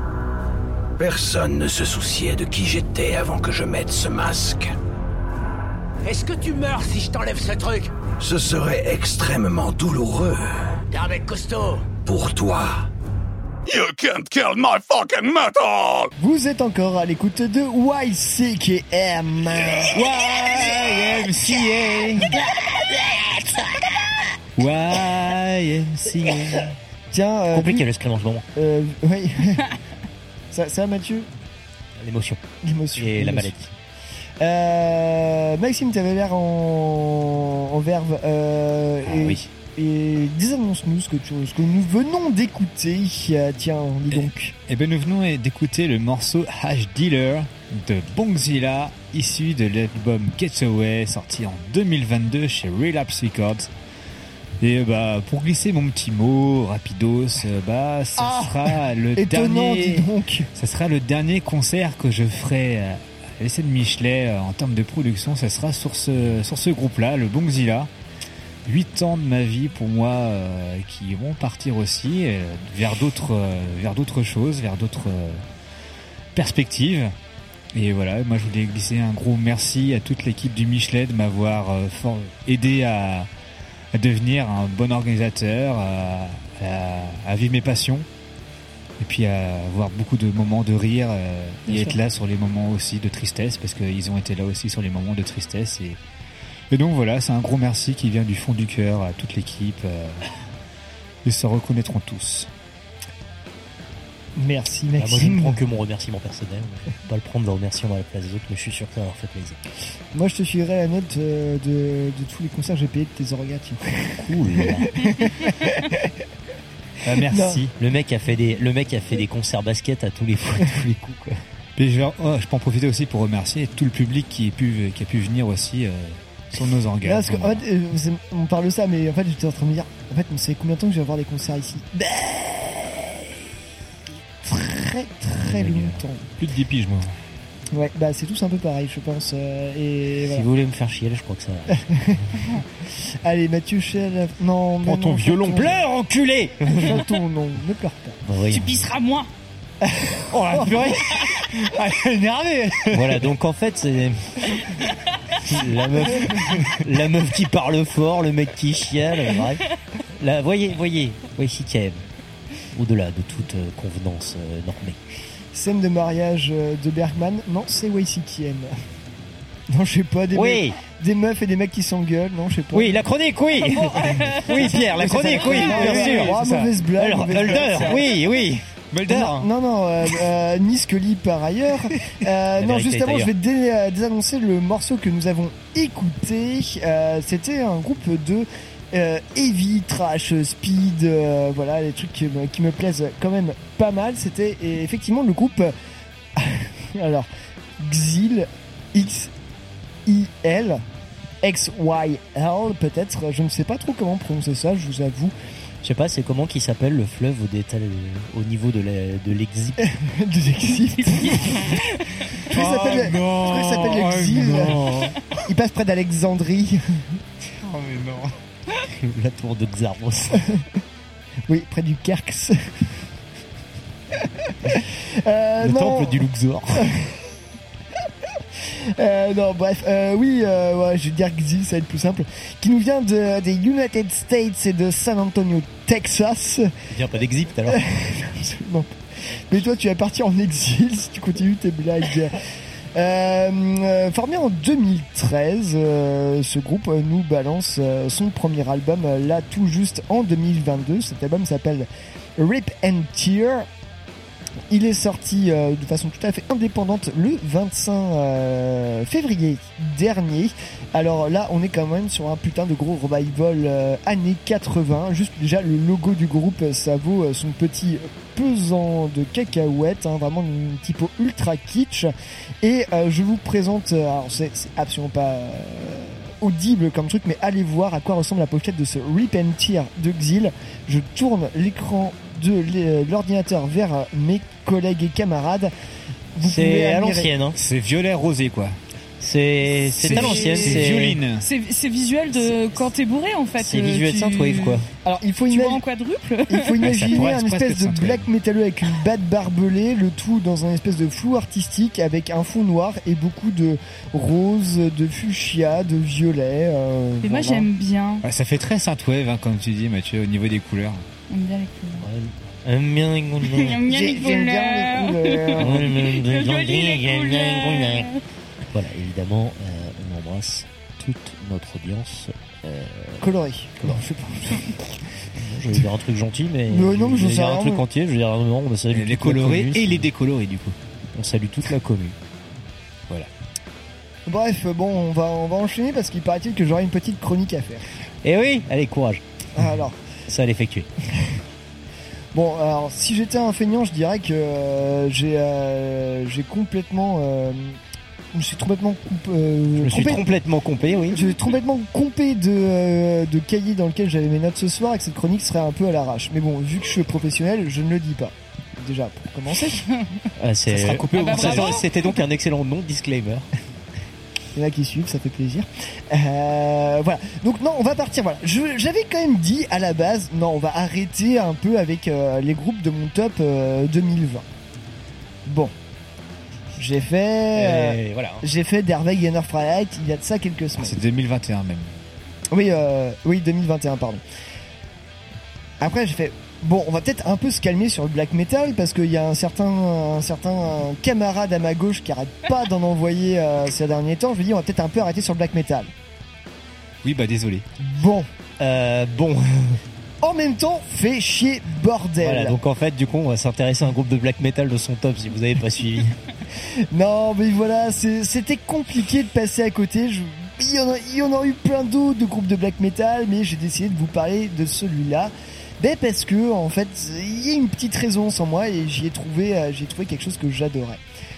Personne ne se souciait de qui j'étais avant que je mette ce masque. Est-ce que tu meurs si je t'enlève ce truc? Ce serait extrêmement douloureux. T'es un mec costaud. Pour toi. You can't kill my fucking metal! Vous êtes encore à l'écoute de YCKM. YMCA. Tiens, compliqué l'escrime en ce moment. Oui. Ça Mathieu? L'émotion. Et la maladie. Maxime, t'avais l'air en verve. Oui. Et dis-annonce-nous ce que nous venons d'écouter. Tiens, dis donc. Eh ben, nous venons d'écouter le morceau Hash Dealer de Bongzilla, issu de l'album Getaway, sorti en 2022 chez Relapse Records. Et pour glisser mon petit mot rapidos, ça sera le étonnant, dernier. dis donc. Ça sera le dernier concert que je ferai à l'essai de Michelet en termes de production. Ça sera sur ce groupe-là, le Bongzilla. 8 ans de ma vie pour moi qui vont partir aussi vers d'autres choses, vers d'autres perspectives. Et voilà, moi je voulais glisser un gros merci à toute l'équipe du Michelet de m'avoir aidé à devenir un bon organisateur, à vivre mes passions, et puis à avoir beaucoup de moments de rire et être là sur les moments aussi de tristesse, parce qu'ils ont été là aussi sur les moments de tristesse. Et donc voilà, c'est un gros merci qui vient du fond du cœur à toute l'équipe. Ils se reconnaîtront tous. Merci Maxime. Moi je ne prends que mon remerciement personnel. Je ne vais pas le prendre le remerciement à la place des autres, mais je suis sûr que ça va leur fait plaisir. Moi je te suivrai la note de tous les concerts que j'ai payés de tes orgas. Cool. Merci. Le mec a fait des concerts basket à tous les coups quoi. Et je peux en profiter aussi pour remercier tout le public qui a pu venir aussi sur nos orgas. Parce qu'en fait, on parle de ça, mais en fait j'étais en train de me dire, en fait, c'est combien de temps que je vais avoir des concerts ici? Très longtemps. Plus de 10 piges, moi. Ouais, c'est tous un peu pareil, je pense. Et voilà. Si vous voulez me faire chier, je crois que ça va. Allez, Mathieu Chel. Non, prends ton violon, pleure, enculé. Chantons, non, ne pleure pas. Tu pisseras moins. Oh la purée. Énervé. Voilà, donc en fait, c'est la meuf qui parle fort, le mec qui chiale, bref. Là, voyez, Sikiev. Au-delà de toute convenance normée. Scène de mariage de Bergman. Non, c'est Wacy qui aime. Non, je sais pas. Des meufs et des mecs qui s'engueulent. Non, je sais pas. Oui, la chronique, oui. Oui, Pierre, la chronique, oui, bien sûr. Mauvaise blague. Alors, Mulder, oui. Mulder. Non, ni Scully par ailleurs. Non, justement, je vais désannoncer le morceau que nous avons écouté. C'était un groupe de heavy, trash, speed, voilà, les trucs qui me plaisent quand même pas mal. C'était effectivement le groupe alors Xil, X-I-L, X-Y-L peut-être, je ne sais pas trop comment prononcer ça, je vous avoue. Je sais pas, c'est comment qui s'appelle le fleuve au niveau de l'Exip. De l'Exip. Je crois qu'il s'appelle l'Exil. Il passe près d'Alexandrie. Oh mais non. La tour de Xarmos. Oui, près du Kerx. Le temple du Luxor. Non, bref, oui, ouais, je vais dire Xil, ça va être plus simple. Qui nous vient des United States et de San Antonio, Texas. Il vient pas d'Exip alors. Absolument. Mais toi, tu vas partir en exil si tu continues tes blagues. Formé en 2013, ce groupe nous balance son premier album là tout juste en 2022. Cet album s'appelle Rip and Tear. Il est sorti de façon tout à fait indépendante le 25 février dernier. Alors là, on est quand même sur un putain de gros revival années 80. Juste déjà le logo du groupe, ça vaut son petit pesant de cacahuètes, hein, vraiment une typo ultra kitsch. Et je vous présente, alors c'est absolument pas audible comme truc, mais allez voir à quoi ressemble la pochette de ce Rip and Tear de Xil. Je tourne l'écran de l'ordinateur vers mes collègues et camarades. C'est à l'ancienne, hein. C'est violet rosé quoi. C'est à l'ancienne, c'est violine. C'est visuel de quand t'es bourré en fait. C'est visuel synthwave quoi. Alors il faut vois en quadruple. Il faut imaginer un espèce de black métalleux avec une batte barbelée, le tout dans un espèce de flou artistique avec un fond noir et beaucoup de rose, de fuchsia, de violet. Et moi j'aime bien. Ouais, ça fait très synthwave hein, comme tu dis Mathieu au niveau des couleurs. On aime bien les couleurs. J'aime bien les couleurs. Voilà, évidemment, on embrasse toute notre audience. Colorée. Je vais dire un truc gentil, mais non, je vais dire un truc entier. Je vais dire non, les colorés et les décolorés du coup. On salue toute la commune. Voilà. Bref, bon, on va enchaîner parce qu'il paraît-il que j'aurai une petite chronique à faire. Eh oui, allez, courage. Alors. Ça à l'effectuer. Bon, alors, si j'étais un feignant, je dirais que j'ai complètement... je suis complètement compé, oui. Je suis complètement compé de cahiers dans lequel j'avais mes notes ce soir et que cette chronique serait un peu à l'arrache. Mais bon, vu que je suis professionnel, je ne le dis pas. Déjà, pour commencer. Ça sera coupé au montage. C'était donc un excellent nom, disclaimer. Il y en a qui suivent, ça fait plaisir. Voilà. Donc non, on va partir. Voilà. J'avais quand même dit à la base, non, on va arrêter un peu avec les groupes de mon top 2020. Bon, j'ai fait Derweg Yenner Freiheit il y a de ça quelques semaines. C'est 2021 même. Oui, 2021, pardon. Après, j'ai fait. Bon, on va peut-être un peu se calmer sur le black metal parce qu'il y a un certain camarade à ma gauche qui arrête pas d'en envoyer ces derniers temps. Je lui dis on va peut-être un peu arrêter sur le black metal. Oui, bah désolé. Bon. En même temps, fait chier bordel. Voilà, donc en fait, du coup, on va s'intéresser à un groupe de black metal de son top si vous avez pas suivi. Non, mais voilà, c'était compliqué de passer à côté. Il y en a eu plein d'autres de groupes de black metal, mais j'ai décidé de vous parler de celui-là. Ben parce que en fait il y a une petite raison sans moi et j'y ai trouvé quelque chose que j'adorais.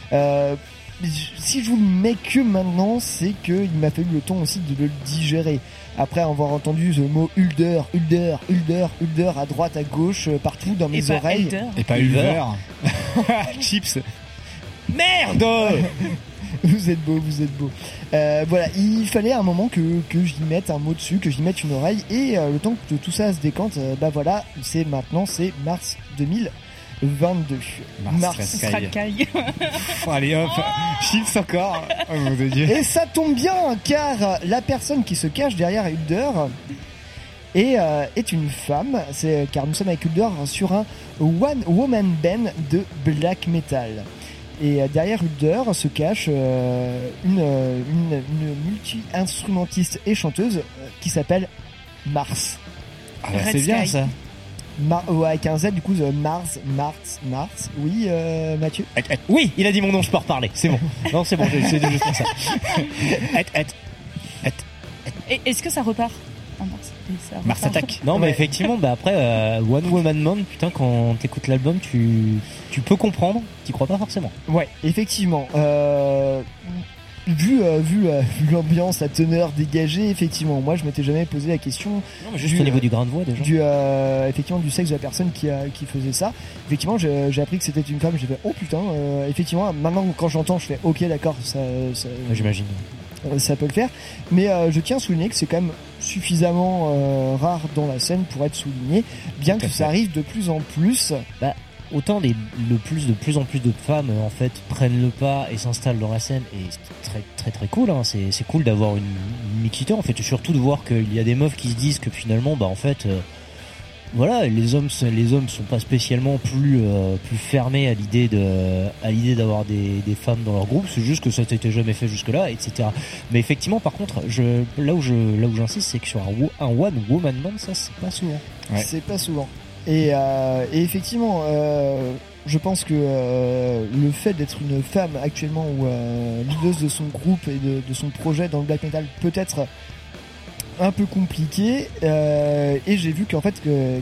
Si je vous le mets que maintenant, c'est qu'il m'a fallu le temps aussi de le digérer. Après avoir entendu le mot Ulder à droite, à gauche, partout dans mes oreilles. Et pas Ulver. Chips. Merde. Vous êtes beau. Voilà, il fallait un moment que j'y mette un mot dessus, que j'y mette une oreille, et le temps que tout ça se décante, bah voilà, c'est mars 2022. Mars Racaille. Allez hop, chips encore. Oh mon Dieu. Et ça tombe bien, car la personne qui se cache derrière Ulder est une femme, car nous sommes avec Ulder sur un one woman band de black metal. Et derrière Ulder se cache une multi-instrumentiste et chanteuse qui s'appelle Mars. Ah bah c'est bien ça. Avec un Z du coup, Mars. Oui, Mathieu. Oui, il a dit mon nom, je peux reparler. C'est bon. Non, c'est bon, c'est juste pour ça. Et est-ce que ça repart Mars attaque. Non, mais effectivement, après One Woman Man, putain, quand t'écoutes l'album, tu peux comprendre, t'y crois pas forcément. Ouais, effectivement. Vu l'ambiance, la teneur dégagée, effectivement, moi je m'étais jamais posé la question. Non, mais juste au niveau du grain de voix déjà. Effectivement, du sexe de la personne qui faisait ça. Effectivement, j'ai appris que c'était une femme. J'ai fait oh putain. Effectivement, maintenant quand j'entends, je fais ok, d'accord, ça j'imagine. Ça peut le faire, mais je tiens à souligner que c'est quand même suffisamment rare dans la scène pour être souligné, bien que ça arrive de plus en plus. Autant de plus en plus de femmes en fait prennent le pas et s'installent dans la scène, et c'est très très très cool, hein. C'est cool d'avoir une mixité en fait, et surtout de voir qu'il y a des meufs qui se disent que finalement en fait voilà, les hommes sont pas spécialement plus fermés à l'idée d'avoir des femmes dans leur groupe, c'est juste que ça n'était jamais fait jusque là, etc. Mais effectivement, par contre, là où j'insiste, c'est que sur un one woman band, ça c'est pas souvent. Ouais. C'est pas souvent. Et effectivement, je pense que le fait d'être une femme actuellement ou leader de son groupe et de son projet dans le black metal peut être un peu compliqué, et j'ai vu qu'en fait que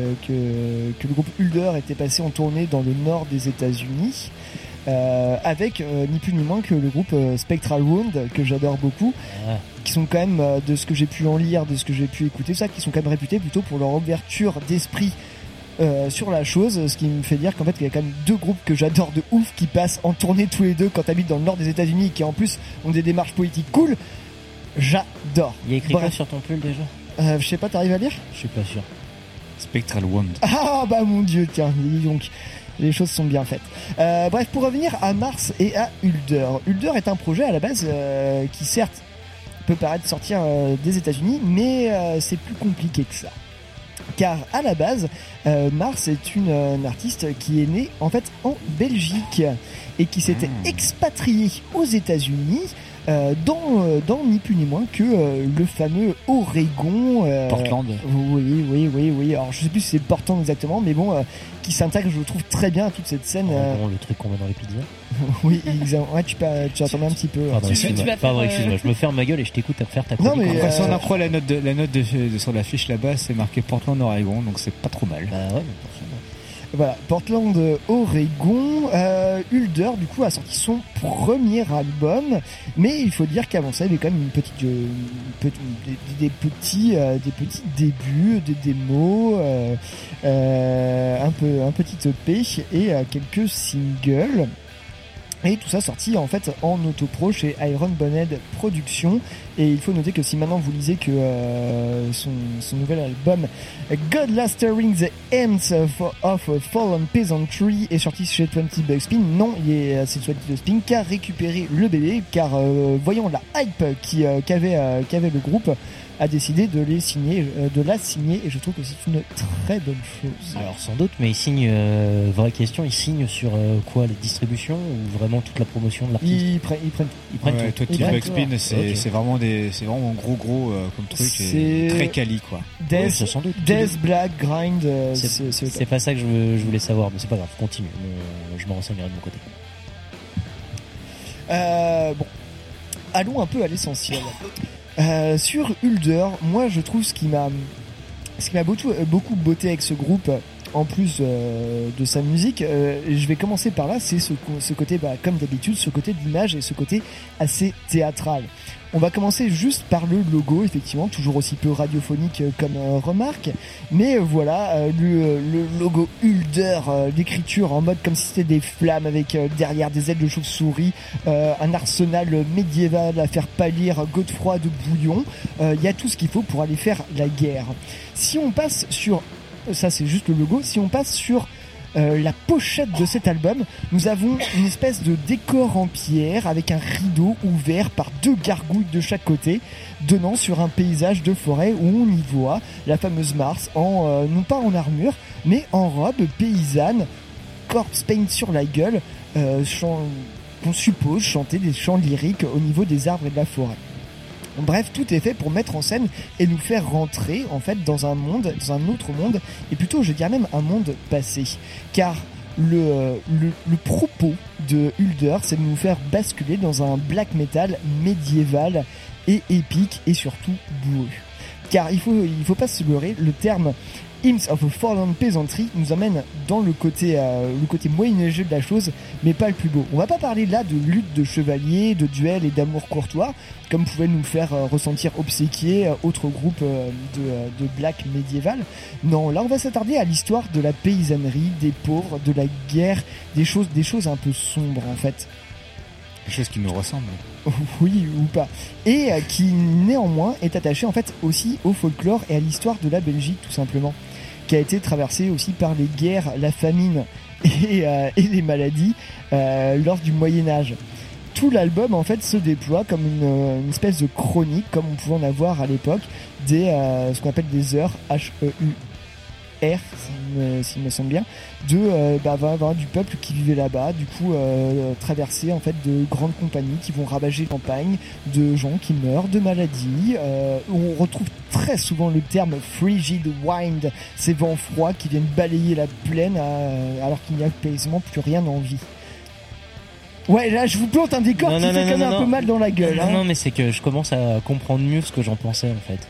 le groupe Ulder était passé en tournée dans le nord des États-Unis avec ni plus ni moins que le groupe Spectral Wound, que j'adore beaucoup, qui sont quand même, de ce que j'ai pu en lire, de ce que j'ai pu écouter, ça, qui sont quand même réputés plutôt pour leur ouverture d'esprit sur la chose, ce qui me fait dire qu'en fait il y a quand même deux groupes que j'adore de ouf qui passent en tournée tous les deux quand t'habites dans le nord des États-Unis, qui en plus ont des démarches politiques cool. J'adore. Il y a écrit quoi sur ton pull déjà? Je sais pas, t'arrives à lire? Je suis pas sûr. Spectral Wound. Ah bah mon dieu, tiens, donc les choses sont bien faites. Bref, pour revenir à Mars et à Ulder. Ulder est un projet à la base qui certes peut paraître sortir des États-Unis, mais c'est plus compliqué que ça. Car à la base, Mars est une artiste qui est née en fait en Belgique et qui s'était expatriée aux États-Unis dans ni plus ni moins que le fameux Oregon. Portland. Oui. Alors je sais plus si c'est Portland exactement, mais bon, qui s'intègre, je trouve très bien à toute cette scène. Le truc qu'on met dans les pizzas. Oui, exactement. Ouais, tu attendais un petit peu. Pardon, excuse-moi, je me ferme ma gueule et je t'écoute à faire ta Non, mais si on apprend la note sur la fiche là-bas, c'est marqué Portland, Oregon, donc c'est pas trop mal. Bah ouais, mais forcément. Voilà, Portland, Oregon. Hulder, du coup, a sorti son premier album, mais il faut dire qu'avant ça, il y avait quand même des petits débuts, des démos, un petit EP et quelques singles. Et tout ça sorti en fait en autopro chez Iron Bonhead Productions. Et il faut noter que si maintenant vous lisez que son nouvel album God Lastering the Ends of Fallen Peasantry est sorti chez 20 Buck Spin, non, c'est 20 Buck Spin qui a récupéré le bébé, car voyant la hype qu'avait le groupe, a décidé de la signer, et je trouve que c'est une très bonne chose. Alors sans doute, mais il signe, vraie question, il signe sur quoi, les distributions ou vraiment toute la promotion de l'artiste? Ils prennent tout. Toi, Buck Spin, c'est vraiment gros comme truc, et très quali quoi. Death, Black, Grind, c'est pas ça que je voulais savoir, mais c'est pas grave, continue, je me renseignerai de mon côté. Bon, allons un peu à l'essentiel. Sur Hulder, moi je trouve ce qui m'a beaucoup botté avec ce groupe, en plus de sa musique, je vais commencer par là, c'est ce côté, comme d'habitude, ce côté d'image et ce côté assez théâtral. On va commencer juste par le logo, effectivement, toujours aussi peu radiophonique comme remarque, mais voilà, le logo Hulder, l'écriture en mode comme si c'était des flammes avec derrière des ailes de chauve-souris, un arsenal médiéval à faire pâlir Godefroy de bouillon, y a tout ce qu'il faut pour aller faire la guerre. Si on passe sur, ça c'est juste le logo, si on passe sur la pochette de cet album, nous avons une espèce de décor en pierre avec un rideau ouvert par deux gargouilles de chaque côté, donnant sur un paysage de forêt où on y voit la fameuse Mars non pas en armure, mais en robe paysanne, corpse paint sur la gueule, qu'on suppose chanter des chants lyriques au niveau des arbres et de la forêt. Bref, tout est fait pour mettre en scène et nous faire rentrer en fait dans un autre monde, et plutôt je dirais même un monde passé, car le propos de Hulder, c'est de nous faire basculer dans un black metal médiéval et épique et surtout boueux. Car il faut pas se leurrer, le terme Hymns of a Fallen Peasantry nous amène dans le côté moyenâgeux de la chose, mais pas le plus beau. On va pas parler là de lutte de chevaliers, de duels et d'amour courtois, comme pouvait nous faire ressentir Obséquié, autre groupe de black médiéval. Non, là on va s'attarder à l'histoire de la paysannerie, des pauvres, de la guerre, des choses un peu sombres en fait. Des choses qui nous ressemblent. Oui, ou pas. Et qui néanmoins est attaché en fait aussi au folklore et à l'histoire de la Belgique tout simplement, qui a été traversée aussi par les guerres, la famine et les maladies lors du Moyen-Âge. Tout l'album en fait se déploie comme une espèce de chronique, comme on pouvait en avoir à l'époque, ce qu'on appelle des heures, H-E-U-R, s'il me semble bien, du peuple qui vivait là-bas, du coup traversé en fait de grandes compagnies qui vont ravager les campagnes, de gens qui meurent, de maladies. On retrouve très souvent le terme frigid wind, ces vents froids qui viennent balayer la plaine alors qu'il n'y a quasiment plus rien en vie. Ouais, là je vous plante un décor qui fait quand même un peu mal dans la gueule. Non, mais c'est que je commence à comprendre mieux ce que j'en pensais en fait.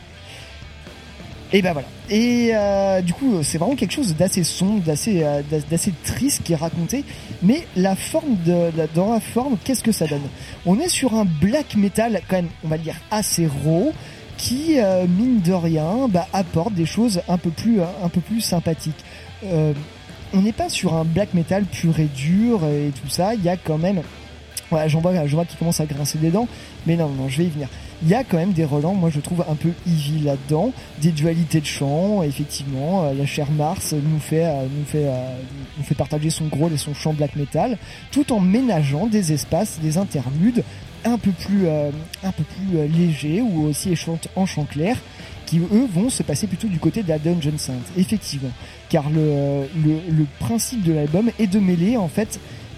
Et ben voilà. Et du coup, c'est vraiment quelque chose d'assez sombre, d'assez triste qui est raconté. Mais la forme dans la forme, qu'est-ce que ça donne? On est sur un black metal quand même, on va dire assez raw, qui mine de rien, apporte des choses un peu plus sympathiques. On n'est pas sur un black metal pur et dur et tout ça. Il y a quand même, voilà, j'en vois qui commence à grincer des dents, mais non, je vais y venir. Il y a quand même des relents, moi je trouve un peu heavy là-dedans, des dualités de chants, effectivement, la chère Mars nous fait partager son growl et son chant black metal, tout en ménageant des espaces, des interludes un peu plus légers ou aussi en chant clair, qui eux vont se passer plutôt du côté de la Dungeon Saint, effectivement, car le principe de l'album est de mêler en fait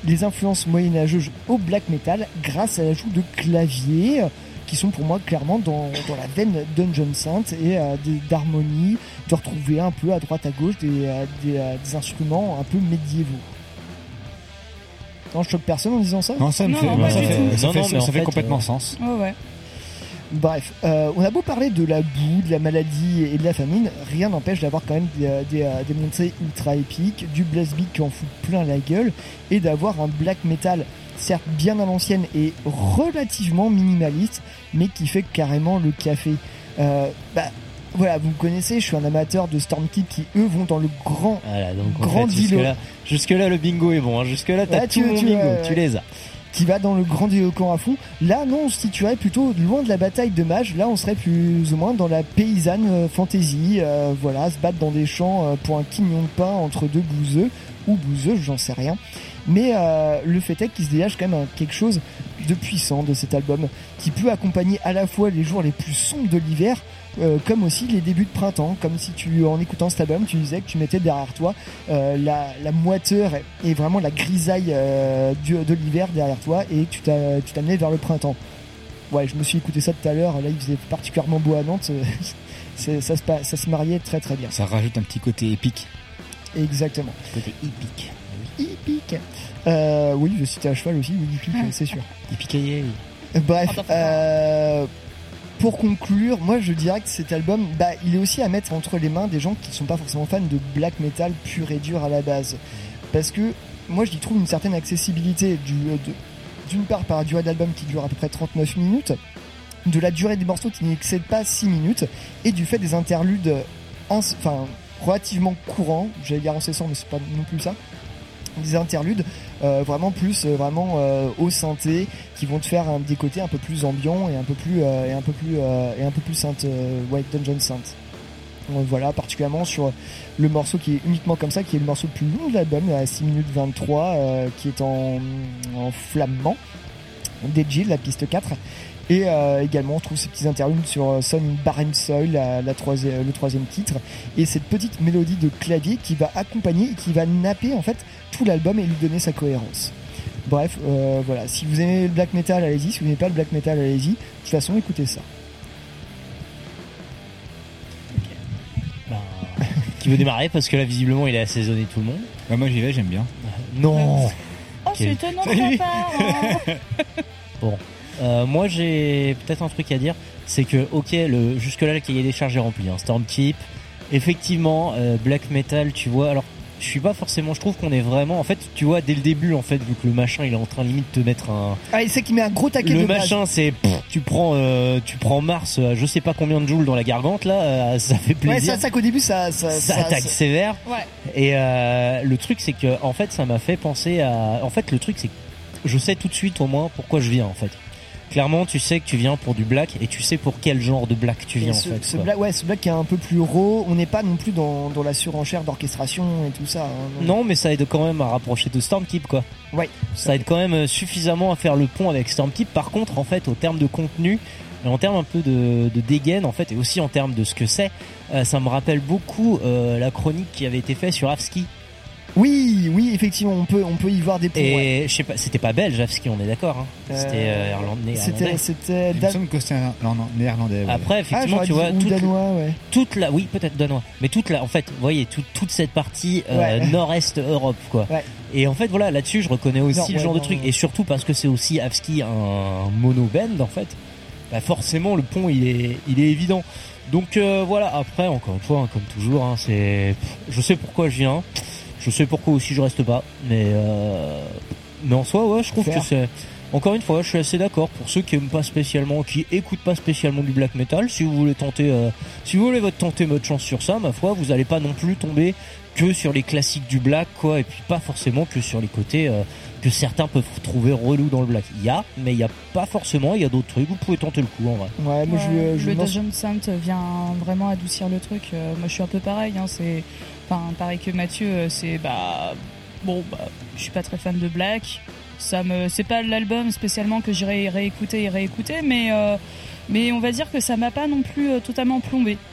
les influences moyenâgeuses au black metal grâce à l'ajout de claviers qui sont pour moi clairement dans la veine Dungeon Synth et d'harmonie, de retrouver un peu à droite à gauche des instruments un peu médiévaux. Non, je choque personne en disant ça. Non, ça fait complètement sens. Oh ouais. Bref, on a beau parler de la boue, de la maladie et de la famine, rien n'empêche d'avoir quand même des montées ultra épiques, du blast beat qui en fout plein la gueule, et d'avoir un black metal certes bien à l'ancienne et relativement minimaliste, mais qui fait carrément le café. Voilà, vous me connaissez, je suis un amateur de Stormkeep qui eux vont dans le grand, voilà, donc grand jusque là le bingo est bon, hein. Jusque là t'as tout mon bingo, tu les as. Qui va dans le grandiloquent à fond. Là, non, on se situerait plutôt loin de la bataille de mages. Là, on serait plus ou moins dans la paysanne fantasy. Voilà, se battre dans des champs pour un quignon de pain entre deux bouseux ou bouseux, j'en sais rien. Mais le fait est qu'il se dégage quand même quelque chose de puissant de cet album, qui peut accompagner à la fois les jours les plus sombres de l'hiver, comme aussi les débuts de printemps, comme si en écoutant cet album, tu disais que tu mettais derrière toi la moiteur et vraiment la grisaille de l'hiver derrière toi, et tu t'amenais vers le printemps. Ouais, je me suis écouté ça tout à l'heure, là il faisait particulièrement beau à Nantes, ça se mariait très très bien. Ça rajoute un petit côté épique. Exactement. Côté épique. Hippique. Oui, je citais à cheval aussi, oui, hippique, c'est sûr. Hippique. Bref, pour conclure, moi je dirais que cet album, il est aussi à mettre entre les mains des gens qui ne sont pas forcément fans de black metal pur et dur à la base. Parce que moi j'y trouve une certaine accessibilité d'une part par la durée d'album qui dure à peu près 39 minutes, de la durée des morceaux qui n'excède pas 6 minutes, et du fait des interludes relativement courants, j'allais dire incessants mais c'est pas non plus ça, des interludes vraiment plus au synthé, qui vont te faire des côtés un peu plus ambiants et un peu plus synth, Dungeon Synth. Donc voilà, particulièrement sur le morceau qui est uniquement comme ça, qui est le morceau le plus long de l'album, à 6 minutes 23, qui est en flamand, DJ, la piste 4. Et également on trouve ces petits interludes sur Sun in Barren Soil, le troisième titre, et cette petite mélodie de clavier qui va accompagner et qui va napper en fait tout l'album et lui donner sa cohérence. Bref, voilà, si vous aimez le black metal, allez-y, si vous n'aimez pas le black metal, allez-y. De toute façon, écoutez ça. Qui veut démarrer, parce que là visiblement il a assaisonné tout le monde. Moi j'y vais, j'aime bien. Non. Oh, c'est étonnant de ta part, hein. Bon. Moi j'ai peut-être un truc à dire, c'est que jusque là le cahier des charges est rempli, hein. Stormkeep, effectivement, black metal, tu vois, alors je suis pas forcément, je trouve qu'on est vraiment, en fait, tu vois, dès le début, en fait, vu que le machin il est en train limite de te mettre un... Ah, il sait qu'il met un gros taquet de base. Le machin, c'est, tu prends Mars, je sais pas combien de joules dans la gargante, là, ça fait plaisir. Ouais, ça qu'au début, ça attaque sévère. Ouais. Et le truc, c'est que, en fait, ça m'a fait penser à... En fait, le truc, c'est que je sais tout de suite, au moins, pourquoi je viens, en fait. Clairement, tu sais que tu viens pour du black et tu sais pour quel genre de black tu viens, en fait. Ce black qui est un peu plus raw, on n'est pas non plus dans la surenchère d'orchestration et tout ça. Hein, non, mais ça aide quand même à rapprocher de Stormkeep, quoi. Ouais. Ça aide quand même suffisamment à faire le pont avec Stormkeep. Par contre, en fait, au terme de contenu, et en termes un peu de dégaine, en fait, et aussi en termes de ce que c'est, ça me rappelle beaucoup la chronique qui avait été faite sur Avski. Oui, effectivement, on peut y voir des points. Et je sais pas, c'était pas belge, Avski, on est d'accord, hein. C'était néerlandais. C'était il me semble que c'était néerlandais. Ouais. Après, effectivement, tu vois, danois, ouais. Oui, peut-être danois, mais en fait, vous voyez, toute cette partie nord-est Europe, quoi. Ouais. Et en fait, voilà, là-dessus, je reconnais aussi le genre de truc, et surtout parce que c'est aussi Avski un mono band, en fait. Bah forcément, le pont, il est évident. Donc voilà. Après, encore une fois, hein, comme toujours, hein, je sais pourquoi je viens. Je sais pourquoi aussi je reste pas, mais en soi, ouais, je trouve que c'est... Encore une fois, je suis assez d'accord pour ceux qui aiment pas spécialement, qui écoutent pas spécialement du black metal. Si vous voulez tenter votre chance sur ça, ma foi, vous allez pas non plus tomber que sur les classiques du black, quoi, et puis pas forcément que sur les côtés que certains peuvent trouver relous dans le black. Il y a pas forcément, il y a d'autres trucs, vous pouvez tenter le coup, en vrai. Ouais, moi le Dungeon Synth vient vraiment adoucir le truc. Moi, je suis un peu pareil, hein, pareil que Mathieu, je suis pas très fan de black. C'est pas l'album spécialement que j'irai réécouter, mais on va dire que ça m'a pas non plus totalement plombé.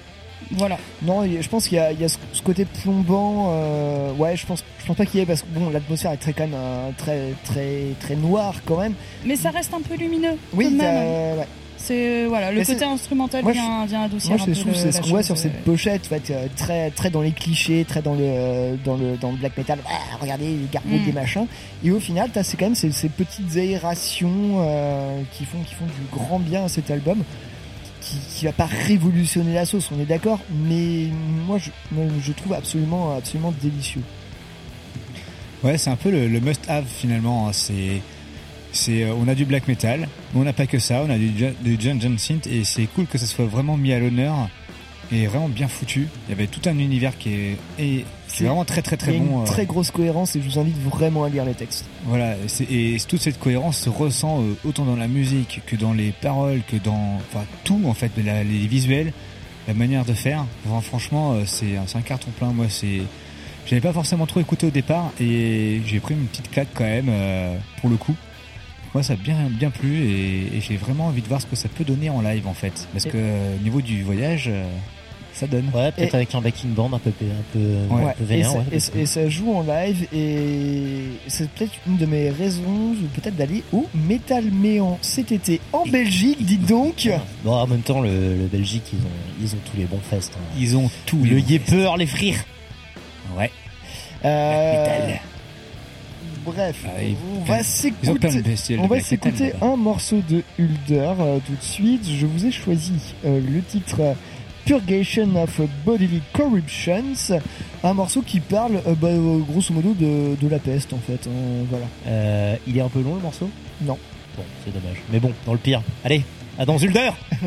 Voilà. Non, je pense qu'il y a ce côté plombant. Ouais, je pense pas qu'il y ait, parce que bon, l'atmosphère est quand même très noire quand même. Mais ça reste un peu lumineux. Oui, tout de même. ouais. C'est voilà, le côté instrumental vient adoucir un peu. Moi, je trouve c'est ce qu'on voit sur cette pochette, en fait, très dans les clichés, très dans le black metal. Regardez les gargouilles, des machins. Et au final, t'as quand même ces petites aérations qui font du grand bien à cet album. Qui va pas révolutionner la sauce, on est d'accord, mais moi je trouve absolument délicieux. Ouais, c'est un peu le must-have finalement. On a du black metal, mais on n'a pas que ça. On a du Dungeon Synth, et c'est cool que ça soit vraiment mis à l'honneur et vraiment bien foutu. Il y avait tout un univers qui est vraiment très bon. Il y a une très grosse cohérence, et je vous invite vraiment à lire les textes. Voilà, et toute cette cohérence se ressent autant dans la musique que dans les paroles, que dans tout en fait, les visuels, la manière de faire. Enfin, franchement, c'est un carton plein. Moi, j'avais pas forcément trop écouté au départ, et j'ai pris une petite claque quand même pour le coup. Moi, ça a bien plu, et j'ai vraiment envie de voir ce que ça peut donner en live en fait, parce que au niveau du voyage, ça donne. Ouais, peut-être avec un backing band un peu vénère. Et ça joue en live, et c'est peut-être une de mes raisons peut-être d'aller au Metal Méan cet été en Belgique, dites donc. Bon, en même temps, le Belgique, ils ont tous les bons fests. Hein. Ils ont tout. Le Yepper, les frères. Ouais. Metal. Bref, on va s'écouter un morceau de Hulder tout de suite. Je vous ai choisi le titre Purgation of Bodily Corruptions, un morceau qui parle grosso modo de la peste en fait. Voilà. Il est un peu long le morceau ? Non. Bon, c'est dommage. Mais bon, dans le pire. Allez, à dans Hulder.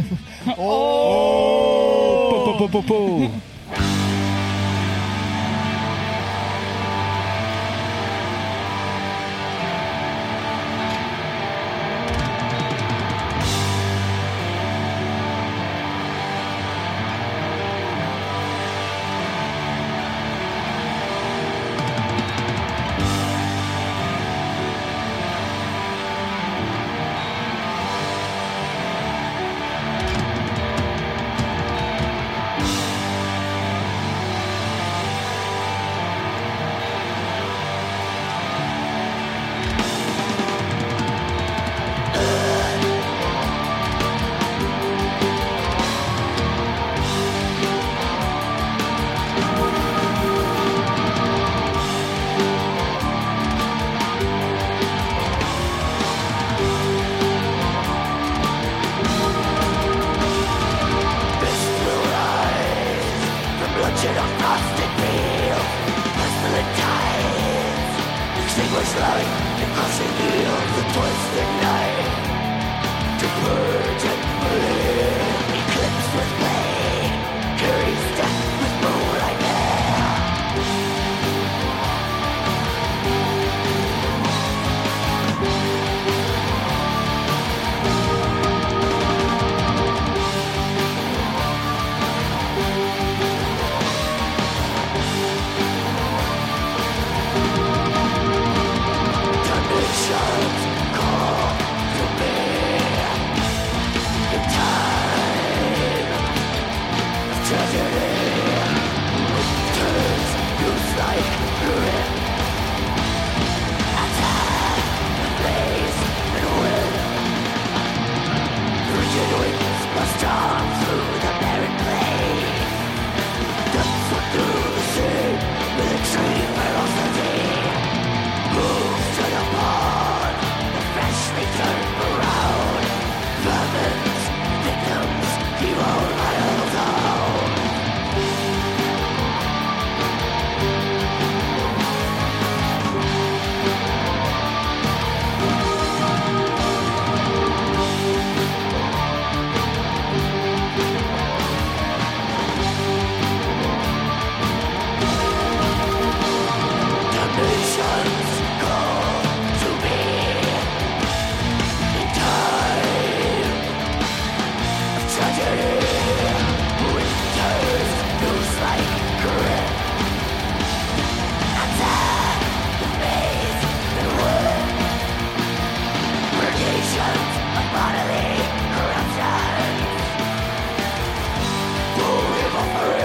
Oh. Forever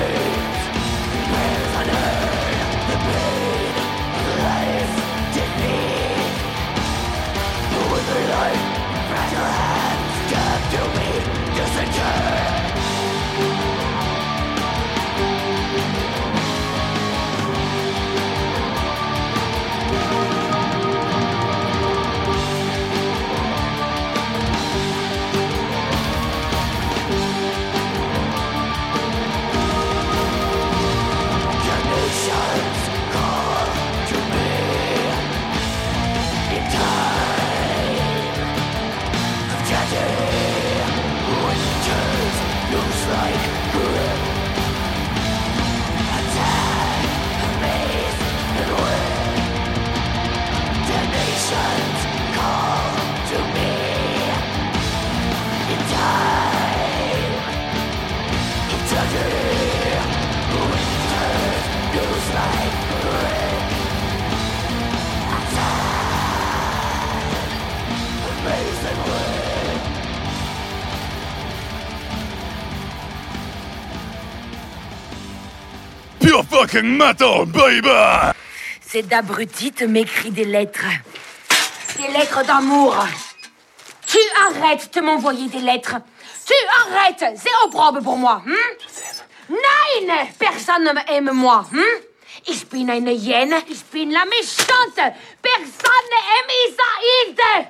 Pure fucking metal, baby! Cette abrutite m'écrit des lettres. Des lettres d'amour. Tu arrêtes de m'envoyer des lettres. Tu arrêtes. C'est opprobre pour moi. Nein! Personne ne m'aime, moi. Ich bin eine Hyäne. Ich bin la méchante. Personne n'aime Isaïde.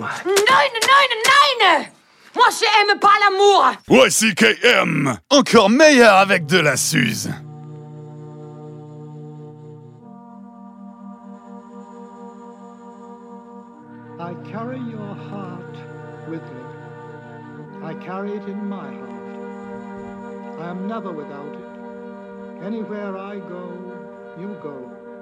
Nein! Moi, je aime pas l'amour. YCKM, encore meilleur avec de la Suze. I carry your heart with me. I carry it in my heart. I am never without it. Anywhere I go, you go.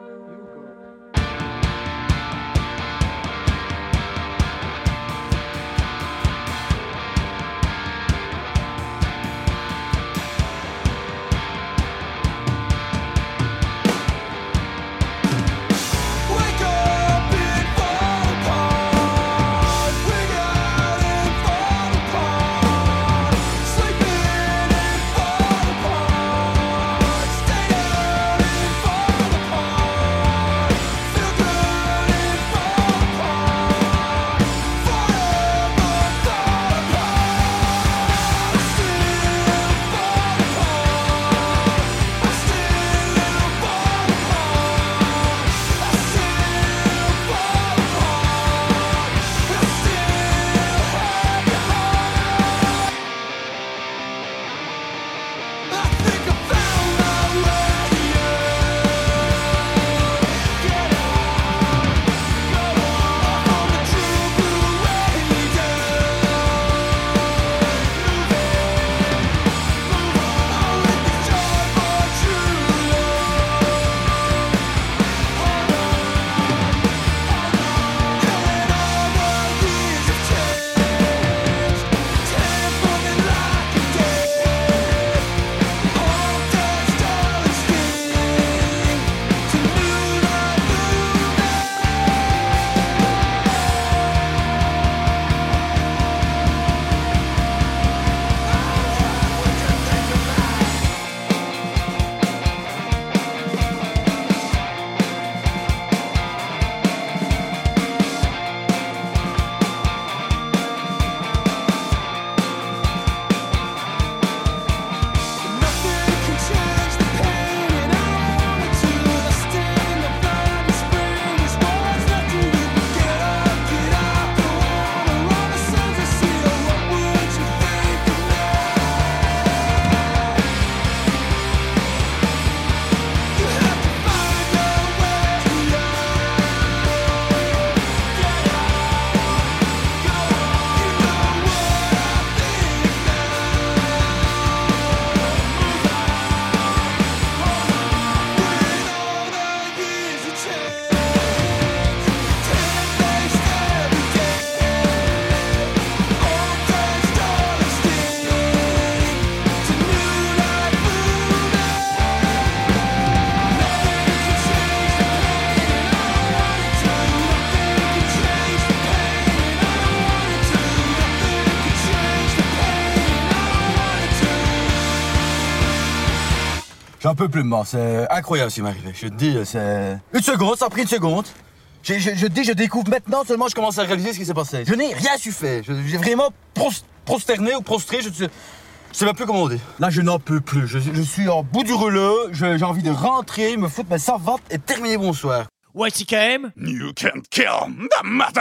J'en peux plus de mort, c'est incroyable ce qui m'est arrivé. Je te dis, c'est... Une seconde, ça a pris une seconde. Je te dis, je découvre maintenant seulement, je commence à réaliser ce qui s'est passé. Je n'ai rien su faire. J'ai vraiment prosterné ou prostré, je sais même plus comment on dit. Là, je n'en peux plus. Je suis en bout du rouleau, j'ai envie de rentrer, me foutre ma savate et terminer bonsoir. YCKM, you can't kill the matter!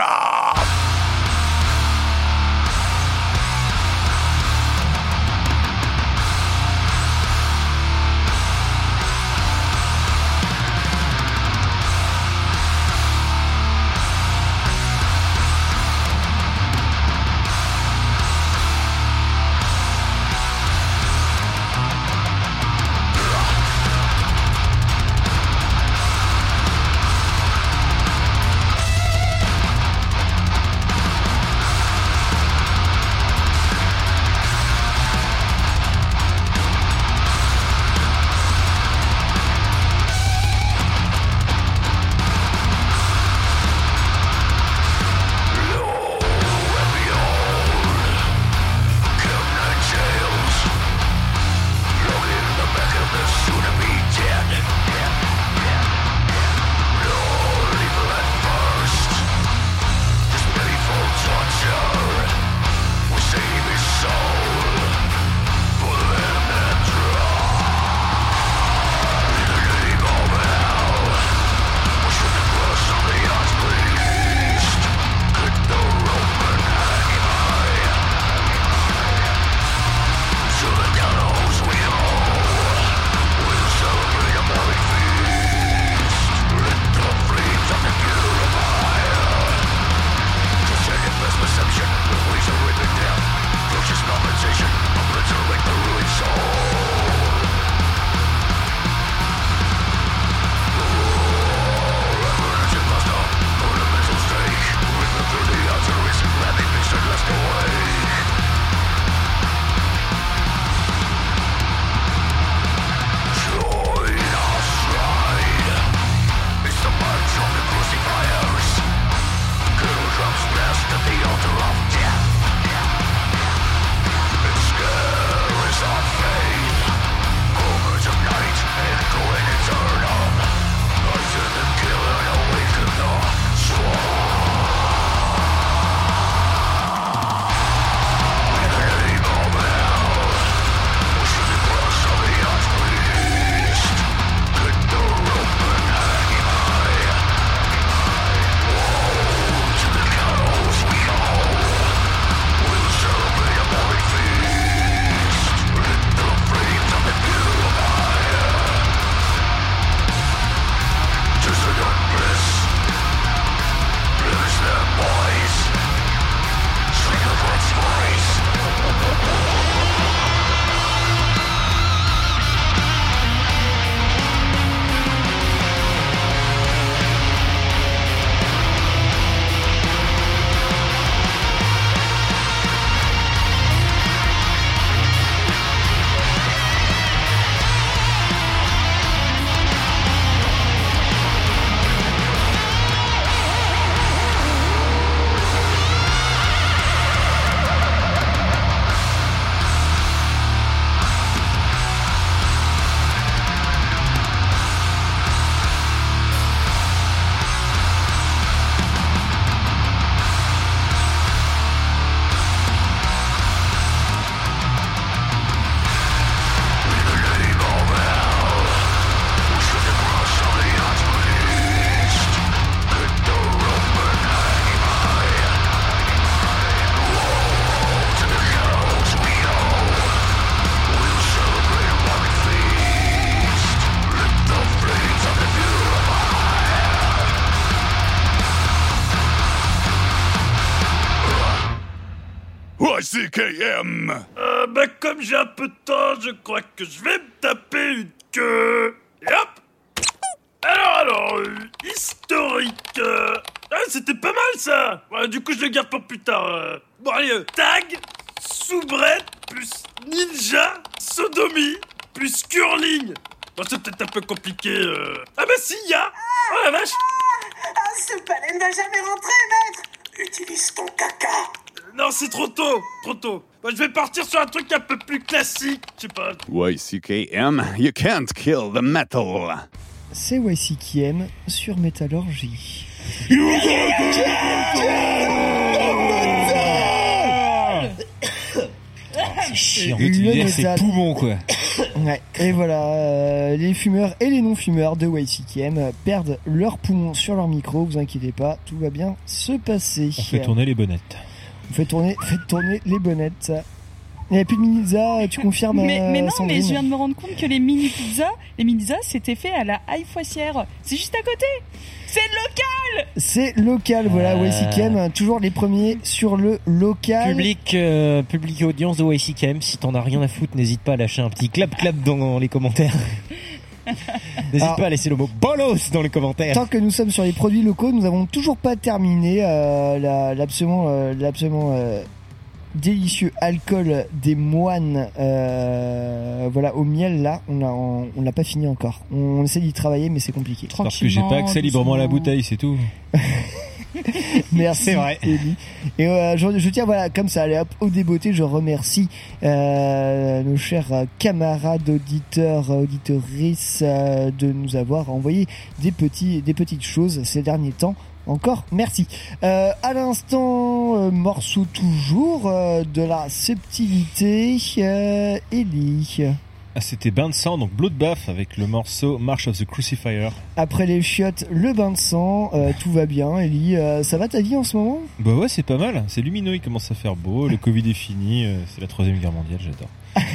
YCKM. Comme j'ai un peu de temps, je crois que je vais me taper une queue. Et hop. Alors, historique. C'était pas mal ça. Ouais, du coup, je le garde pour plus tard. Bon, allez, tag, soubrette, plus ninja, sodomie, plus curling. Bon, c'est peut-être un peu compliqué. Ah bah si, y a. Oh la vache. Ce palais ne va jamais rentrer, maître. Utilise ton caca. Non, c'est trop tôt. Bon, je vais partir sur un truc un peu plus classique. Je sais pas. YCKM, you can't kill the metal. C'est YCKM sur Métallurgie. C'est chiant. C'est poumon, quoi. Ouais. Et voilà, les fumeurs et les non-fumeurs de YCKM perdent leurs poumons sur leur micro. Vous inquiétez pas, tout va bien se passer. On fait tourner les bonnettes. Faites tourner les bonnettes. Il n'y avait plus de mini-pizza, tu confirmes? Mais non, Sandrine. mais je viens de me rendre compte que les mini-pizzas, c'était fait à la Haille Foissière. C'est juste à côté. C'est local. Voilà, YCKM, toujours les premiers sur le local. Public audience de YCKM, si t'en as rien à foutre, n'hésite pas à lâcher un petit clap dans les commentaires. N'hésite pas à laisser le mot bolos dans les commentaires. Tant que nous sommes sur les produits locaux, nous n'avons toujours pas terminé l'absolument délicieux alcool des moines voilà, au miel. Là on l'a pas fini encore, on essaie d'y travailler mais c'est compliqué. Parce que j'ai pas accès librement à la bouteille, c'est tout. Merci, c'est vrai. Eli. Et je tiens, voilà, comme ça, allez hop, au débeauté, je remercie nos chers camarades auditeurs, auditrices de nous avoir envoyé des petites choses ces derniers temps. Encore merci. À l'instant, morceau toujours de la subtilité, Eli. Ah, c'était bain de sang, donc Bloodbath avec le morceau March of the Crucifier. Après les chiottes, le bain de sang, tout va bien. Eli, ça va ta vie en ce moment? Bah ouais, c'est pas mal. C'est lumineux, il commence à faire beau. Le Covid est fini. C'est la 3e guerre mondiale, j'adore.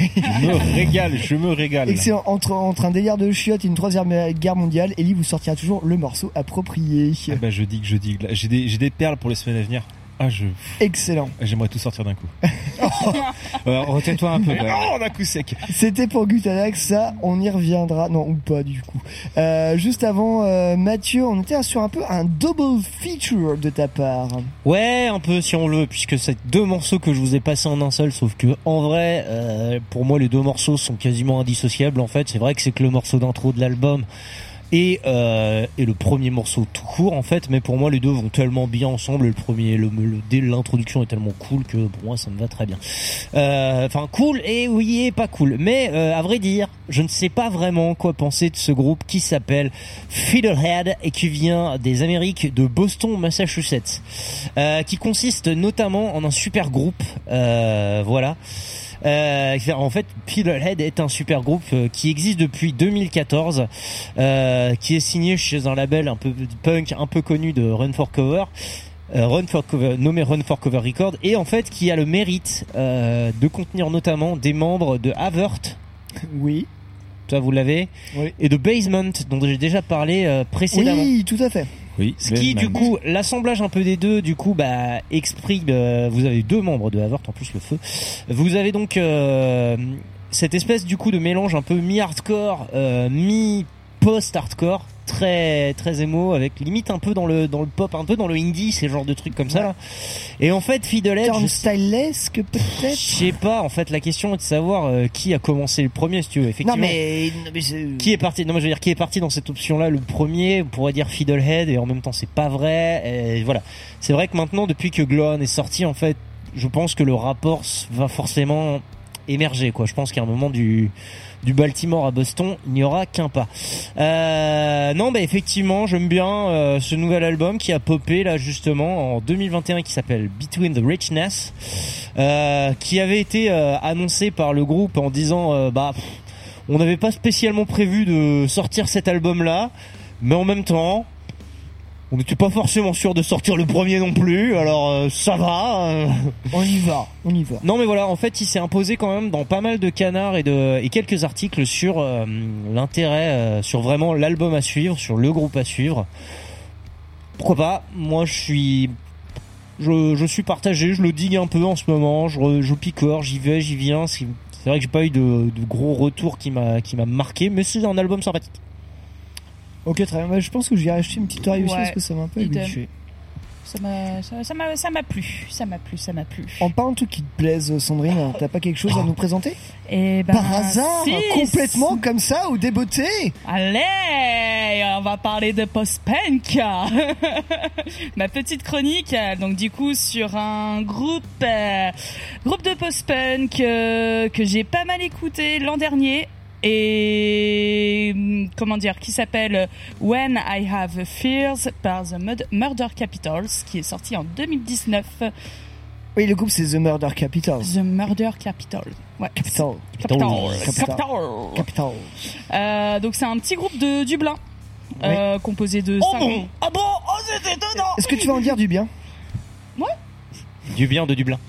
Je me régale. Excellent. Entre un délire de chiottes et une 3e guerre mondiale, Eli vous sortira toujours le morceau approprié. Ah bah je dis. Là, j'ai des perles pour les semaines à venir. Excellent. J'aimerais tout sortir d'un coup. Retiens-toi un peu. D'un coup sec. C'était pour Gutanax, ça, on y reviendra. Non, ou pas du coup. Juste avant, Mathieu, on était sur un peu un double feature de ta part. Ouais, un peu si on veut, puisque c'est 2 morceaux que je vous ai passés en un seul, sauf que en vrai, pour moi les 2 morceaux sont quasiment indissociables en fait. C'est vrai que c'est que le morceau d'intro de l'album et le premier morceau tout court en fait, mais pour moi les deux vont tellement bien ensemble. Le premier, dès l'introduction est tellement cool que pour moi ça me va très bien. Enfin cool et oui et pas cool, mais à vrai dire je ne sais pas vraiment quoi penser de ce groupe qui s'appelle Fiddlehead et qui vient des Amériques, de Boston, Massachusetts, qui consiste notamment en un super groupe, voilà. En fait, Fiddlehead est un super groupe qui existe depuis 2014, qui est signé chez un label un peu punk, un peu connu de Run for Cover, nommé Run for Cover Record, et en fait qui a le mérite de contenir notamment des membres de Avert. Oui. Ça vous l'avez. Oui. Et de Basement dont j'ai déjà parlé précédemment. Oui, tout à fait. Oui, ce qui du coup l'assemblage un peu des deux du coup exprime vous avez 2 membres de Havert en plus le feu. Vous avez donc cette espèce du coup de mélange un peu mi-hardcore, mi-post-hardcore, très très émo, avec limite un peu dans le pop, un peu dans le indie, ces genres de trucs comme ça là. Et en fait Fiddlehead stylesque peut-être. Je sais pas, en fait la question est de savoir qui a commencé le premier, si tu veux, effectivement. Non mais qui est parti dans cette option là le premier, on pourrait dire Fiddlehead, et en même temps c'est pas vrai. Et voilà, c'est vrai que maintenant depuis que Glow On est sorti, en fait je pense que le rapport va forcément émerger quoi. Je pense qu'à un moment du Baltimore à Boston, il n'y aura qu'un pas. Non, effectivement, j'aime bien ce nouvel album qui a popé là justement en 2021, qui s'appelle Between the Richness, qui avait été annoncé par le groupe en disant on n'avait pas spécialement prévu de sortir cet album là, mais en même temps on n'était pas forcément sûr de sortir le premier non plus, alors ça va. On y va. Non mais voilà, en fait il s'est imposé quand même dans pas mal de canards et quelques articles sur l'intérêt, sur vraiment l'album à suivre, sur le groupe à suivre. Pourquoi pas. Moi je suis je suis partagé, je le digue un peu en ce moment, je picore, j'y vais, j'y viens. C'est vrai que j'ai pas eu de gros retours qui m'a marqué, mais c'est un album sympathique. Ok, très bien. Je pense que je vais acheter une petite oreille aussi parce que ça m'a un peu habitué. Ça m'a plu. En parlant de trucs qui te plaisent, Sandrine, t'as pas quelque chose à nous présenter? Par hasard, complètement comme ça, ou débeauté? Allez, on va parler de post-punk. Ma petite chronique, donc du coup sur un groupe de post-punk que j'ai pas mal écouté l'an dernier. Et qui s'appelle When I Have Fears par The Murder Capitals, qui est sorti en 2019. Oui, le groupe c'est The Murder Capitals. The Murder Capital. Ouais. Capital. Donc c'est un petit groupe de Dublin, composé de. C'était étonnant. Est-ce que tu vas en dire du bien? Ouais. Du bien de Dublin.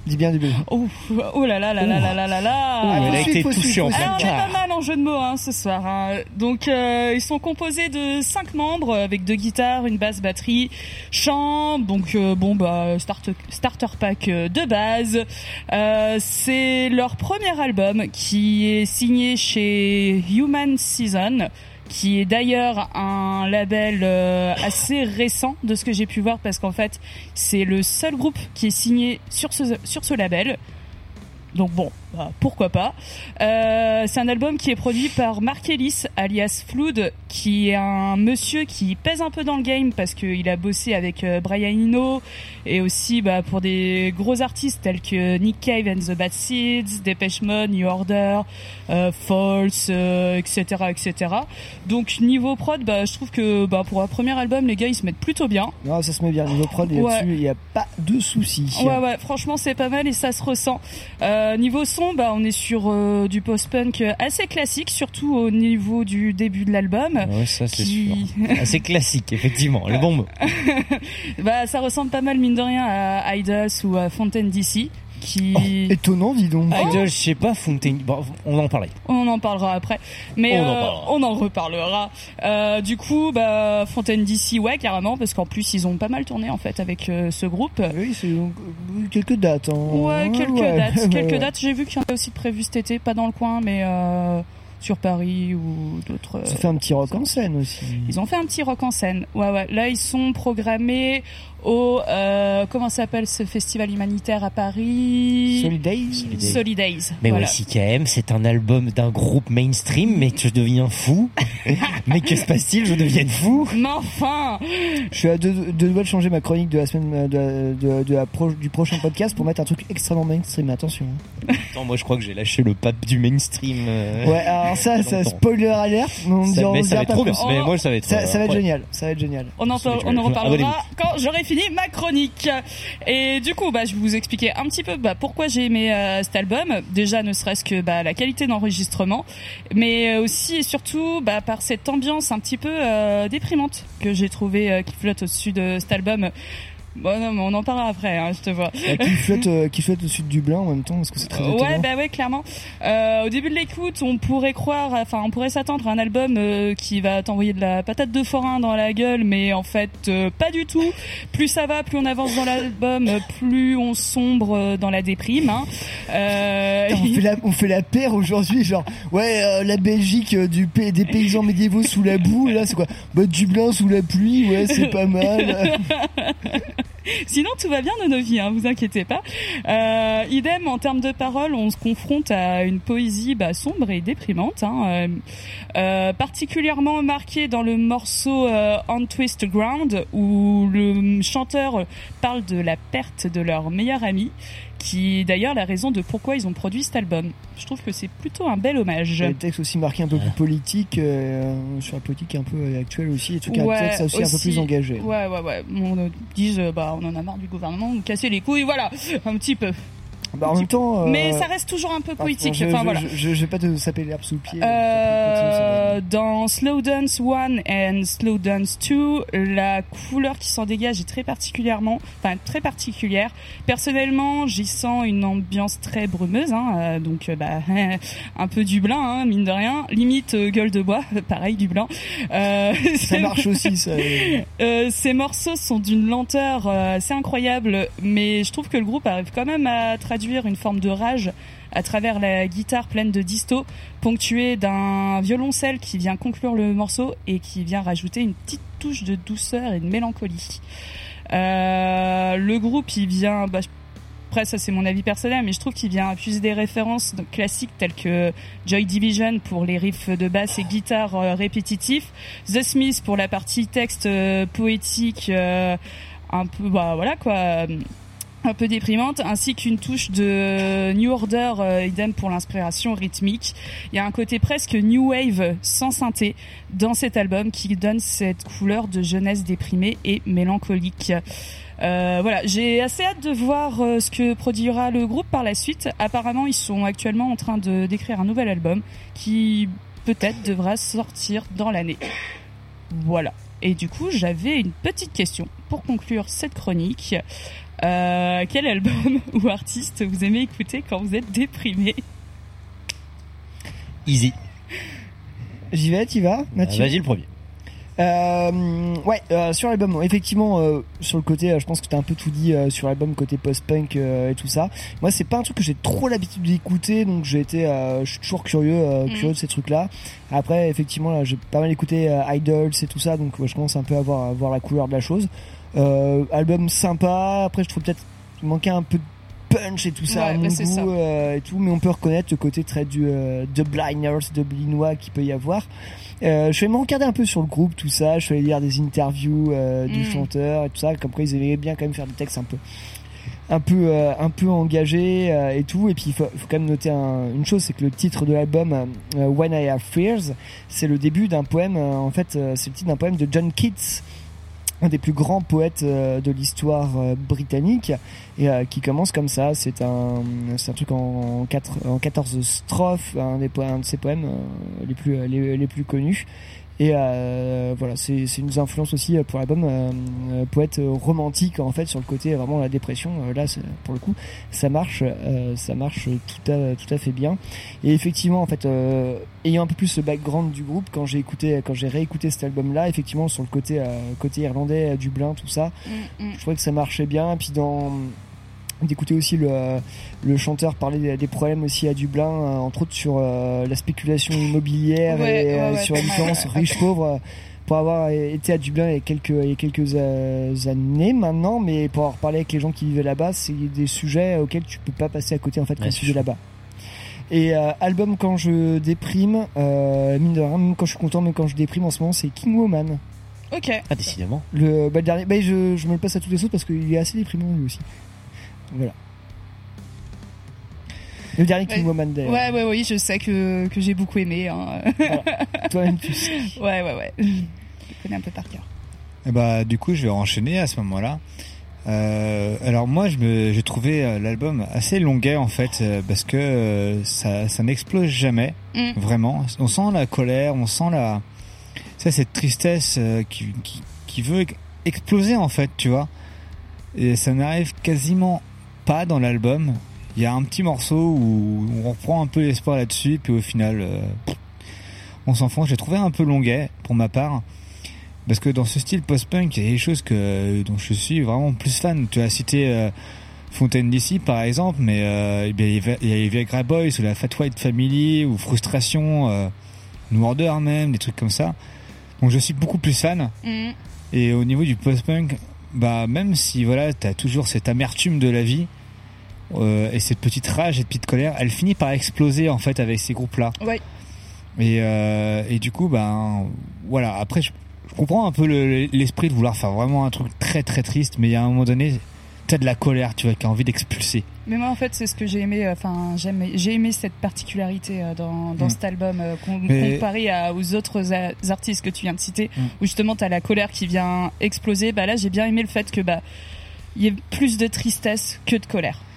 Oh là là là là là là là là. Elle a été touchée en plein cœur. On est pas mal en jeu de mots ce soir. Donc ils sont composés de 5 membres avec 2 guitares, une basse, batterie, chant. Donc starter pack de base. C'est leur premier album qui est signé chez Human Season, qui est d'ailleurs un label assez récent de ce que j'ai pu voir, parce qu'en fait c'est le seul groupe qui est signé sur ce label. Donc pourquoi pas. C'est un album qui est produit par Mark Ellis alias Flood, qui est un monsieur qui pèse un peu dans le game parce qu'il a bossé avec Brian Eno et aussi pour des gros artistes tels que Nick Cave and the Bad Seeds, Depeche Mode, New Order, False, etc. Donc niveau prod, je trouve que pour un premier album, les gars ils se mettent plutôt bien. Non, ça se met bien niveau prod, et là-dessus il y a pas de soucis. Ouais, franchement c'est pas mal et ça se ressent. Niveau son, on est sur du post-punk assez classique, surtout au niveau du début de l'album. Ouais, ça c'est sûr. Assez classique, effectivement, le bon mot. Ça ressemble pas mal, mine de rien, à Idols ou à Fontaine DC. Étonnant, dis donc. Idols, je sais pas, Fontaine. On en parlait. On en parlera après, mais on en reparlera. Du coup, Fontaine DC, ouais, carrément, parce qu'en plus ils ont pas mal tourné en fait avec ce groupe. Oui, c'est quelques dates. Ouais, quelques dates. J'ai vu qu'il y en a aussi de prévu cet été, pas dans le coin, mais sur Paris ou d'autres. Ils ont fait un petit rock en scène aussi. Ils ont fait un petit rock en scène. Ouais. Là, ils sont programmés au comment s'appelle ce festival humanitaire à Paris? Solidays. Mais voilà. Aussi quand même, c'est un album d'un groupe mainstream, mais que je deviens fou. Mais que se passe-t-il? Je deviens fou. Mais enfin, je suis à deux doigts de changer ma chronique de la semaine du prochain podcast pour mettre un truc extrêmement mainstream. Attention. Attends, moi je crois que j'ai lâché le pape du mainstream. Ouais, alors ça spoiler alert. Mais ça va être trop bien. Mais moi ça va être. Ça va être génial. Ça va être génial. On en reparlera quand j'aurai fini ma chronique. Et du coup, je vais vous expliquer un petit peu pourquoi j'ai aimé cet album. Déjà, ne serait-ce que la qualité d'enregistrement, mais aussi et surtout par cette ambiance un petit peu déprimante que j'ai trouvé qui flotte au-dessus de cet album. Bon, non, mais on en parlera après, je te vois. Qui flotte au-dessus de Dublin en même temps, parce que c'est très étonnant. Ouais, clairement. Au début de l'écoute, on pourrait s'attendre à un album qui va t'envoyer de la patate de forain dans la gueule, mais en fait, pas du tout. Plus ça va, plus on avance dans l'album, plus on sombre dans la déprime. On fait la paire aujourd'hui, genre, la Belgique des paysans médiévaux sous la boue, et là c'est quoi? Dublin sous la pluie, ouais, c'est pas mal. Sinon tout va bien dans nos vies, vous inquiétez pas. Idem en termes de paroles, on se confronte à une poésie sombre et déprimante, particulièrement marquée dans le morceau On Twist Ground, où le chanteur parle de la perte de leur meilleur ami, qui est d'ailleurs la raison de pourquoi ils ont produit cet album. Je trouve que c'est plutôt un bel hommage. Le texte aussi marqué un peu plus politique, sur la politique un peu actuelle aussi, et tout un texte aussi un peu plus engagé. Ouais. On dit on en a marre du gouvernement, nous casser les couilles, voilà, un petit peu. Bah, en même temps, mais ça reste toujours un peu poétique. Voilà. Je vais pas te saper l'herbe sous le pied. Dans Slow Dance 1 et Slow Dance 2, la couleur qui s'en dégage est très particulière. Personnellement, j'y sens une ambiance très brumeuse, donc un peu Dublin, mine de rien. Limite gueule de bois, pareil Dublin. Ça marche aussi. Ça. Ces morceaux sont d'une lenteur assez incroyable, mais je trouve que le groupe arrive quand même à traduire une forme de rage à travers la guitare pleine de disto, ponctuée d'un violoncelle qui vient conclure le morceau et qui vient rajouter une petite touche de douceur et de mélancolie. Le groupe, il vient... après, ça c'est mon avis personnel, mais je trouve qu'il vient puiser des références classiques telles que Joy Division pour les riffs de basse et guitare répétitifs, The Smiths pour la partie texte poétique un peu... voilà quoi... un peu déprimante, ainsi qu'une touche de New Order, idem pour l'inspiration rythmique. Il y a un côté presque New Wave sans synthé dans cet album qui donne cette couleur de jeunesse déprimée et mélancolique. Voilà, j'ai assez hâte de voir ce que produira le groupe par la suite. Apparemment, ils sont actuellement en train d'écrire un nouvel album qui peut-être devra sortir dans l'année. Voilà. Et du coup, j'avais une petite question pour conclure cette chronique. Quel album ou artiste vous aimez écouter quand vous êtes déprimé? Easy. J'y vais, t'y vas, Mathieu? Vas-y, le premier. Sur l'album, effectivement, sur le côté, je pense que t'as un peu tout dit sur l'album côté post-punk et tout ça. Moi, c'est pas un truc que j'ai trop l'habitude d'écouter, donc je suis toujours curieux de ces trucs-là. Après, effectivement, là, j'ai pas mal écouté Idols et tout ça, donc je commence un peu à voir la couleur de la chose. Album sympa. Après, je trouve peut-être qu'il manquait un peu de punch et tout ça à mon goût et tout, mais on peut reconnaître le côté très du Dubliners, dublinois qu'il peut y avoir. Je suis allé me regarder un peu sur le groupe, tout ça. Je suis allé lire des interviews du chanteur et tout ça, comme quoi ils aimaient bien quand même faire des textes un peu engagés et tout. Et puis il faut quand même noter une chose, c'est que le titre de l'album When I Have Fears, c'est le début d'un poème. En fait, c'est le titre d'un poème de John Keats, un des plus grands poètes de l'histoire britannique, et qui commence comme ça. C'est un truc en 14 strophes, un de ses poèmes les plus connus. Et voilà, c'est une influence aussi pour l'album, poète romantique en fait, sur le côté vraiment la dépression. Là, pour le coup, ça marche tout à fait bien. Et effectivement, en fait, ayant un peu plus ce background du groupe, quand j'ai réécouté cet album-là, effectivement sur le côté irlandais, Dublin, tout ça, je trouvais que ça marchait bien. Puis d'écouter aussi le chanteur parler des problèmes aussi à Dublin, entre autres sur la spéculation immobilière sur la différence riche-pauvre, pour avoir été à Dublin il y a quelques années maintenant, mais pour avoir parlé avec les gens qui vivaient là-bas, c'est des sujets auxquels tu peux pas passer à côté en fait quand tu vis là-bas. Et album quand je déprime, mine de rien, même quand je suis content, même quand je déprime en ce moment, c'est King Woman. Ok. Ah, décidément. Le dernier, je me le passe à toutes les autres parce qu'il est assez déprimant lui aussi. Voilà. Le dernier King Woman d'ailleurs. Oui, je sais que j'ai beaucoup aimé. Voilà. Toi-même tu sais. Ouais. Je le connais un peu par cœur. Et bah, du coup, je vais enchaîner à ce moment-là. Alors moi, j'ai trouvé l'album assez longuet en fait, parce que ça n'explose jamais, vraiment. On sent la colère, on sent cette tristesse qui veut exploser en fait, tu vois. Et ça n'arrive quasiment pas dans l'album. Il y a un petit morceau où on reprend un peu l'espoir là-dessus, puis au final on s'en fout. J'ai trouvé un peu longuet pour ma part, parce que dans ce style post-punk, il y a des choses dont je suis vraiment plus fan. Tu as cité Fontaine DC par exemple, mais il y a les Viagra Boys ou la Fat White Family ou Frustration, New Order même, des trucs comme ça. Donc je suis beaucoup plus fan. Et au niveau du post-punk, bah même si voilà, t'as toujours cette amertume de la vie et cette petite rage, cette petite colère, elle finit par exploser en fait avec ces groupes-là. Ouais. Et du coup, ben voilà. Après, je comprends un peu l'esprit de vouloir faire vraiment un truc très très triste, mais il y a un moment donné, t'as de la colère, tu vois, qui a envie d'expulser. Mais moi en fait c'est ce que j'ai aimé, j'ai aimé cette particularité dans cet album comparé aux autres artistes que tu viens de citer, où justement t'as la colère qui vient exploser. Bah là j'ai bien aimé le fait que il y ait plus de tristesse que de colère.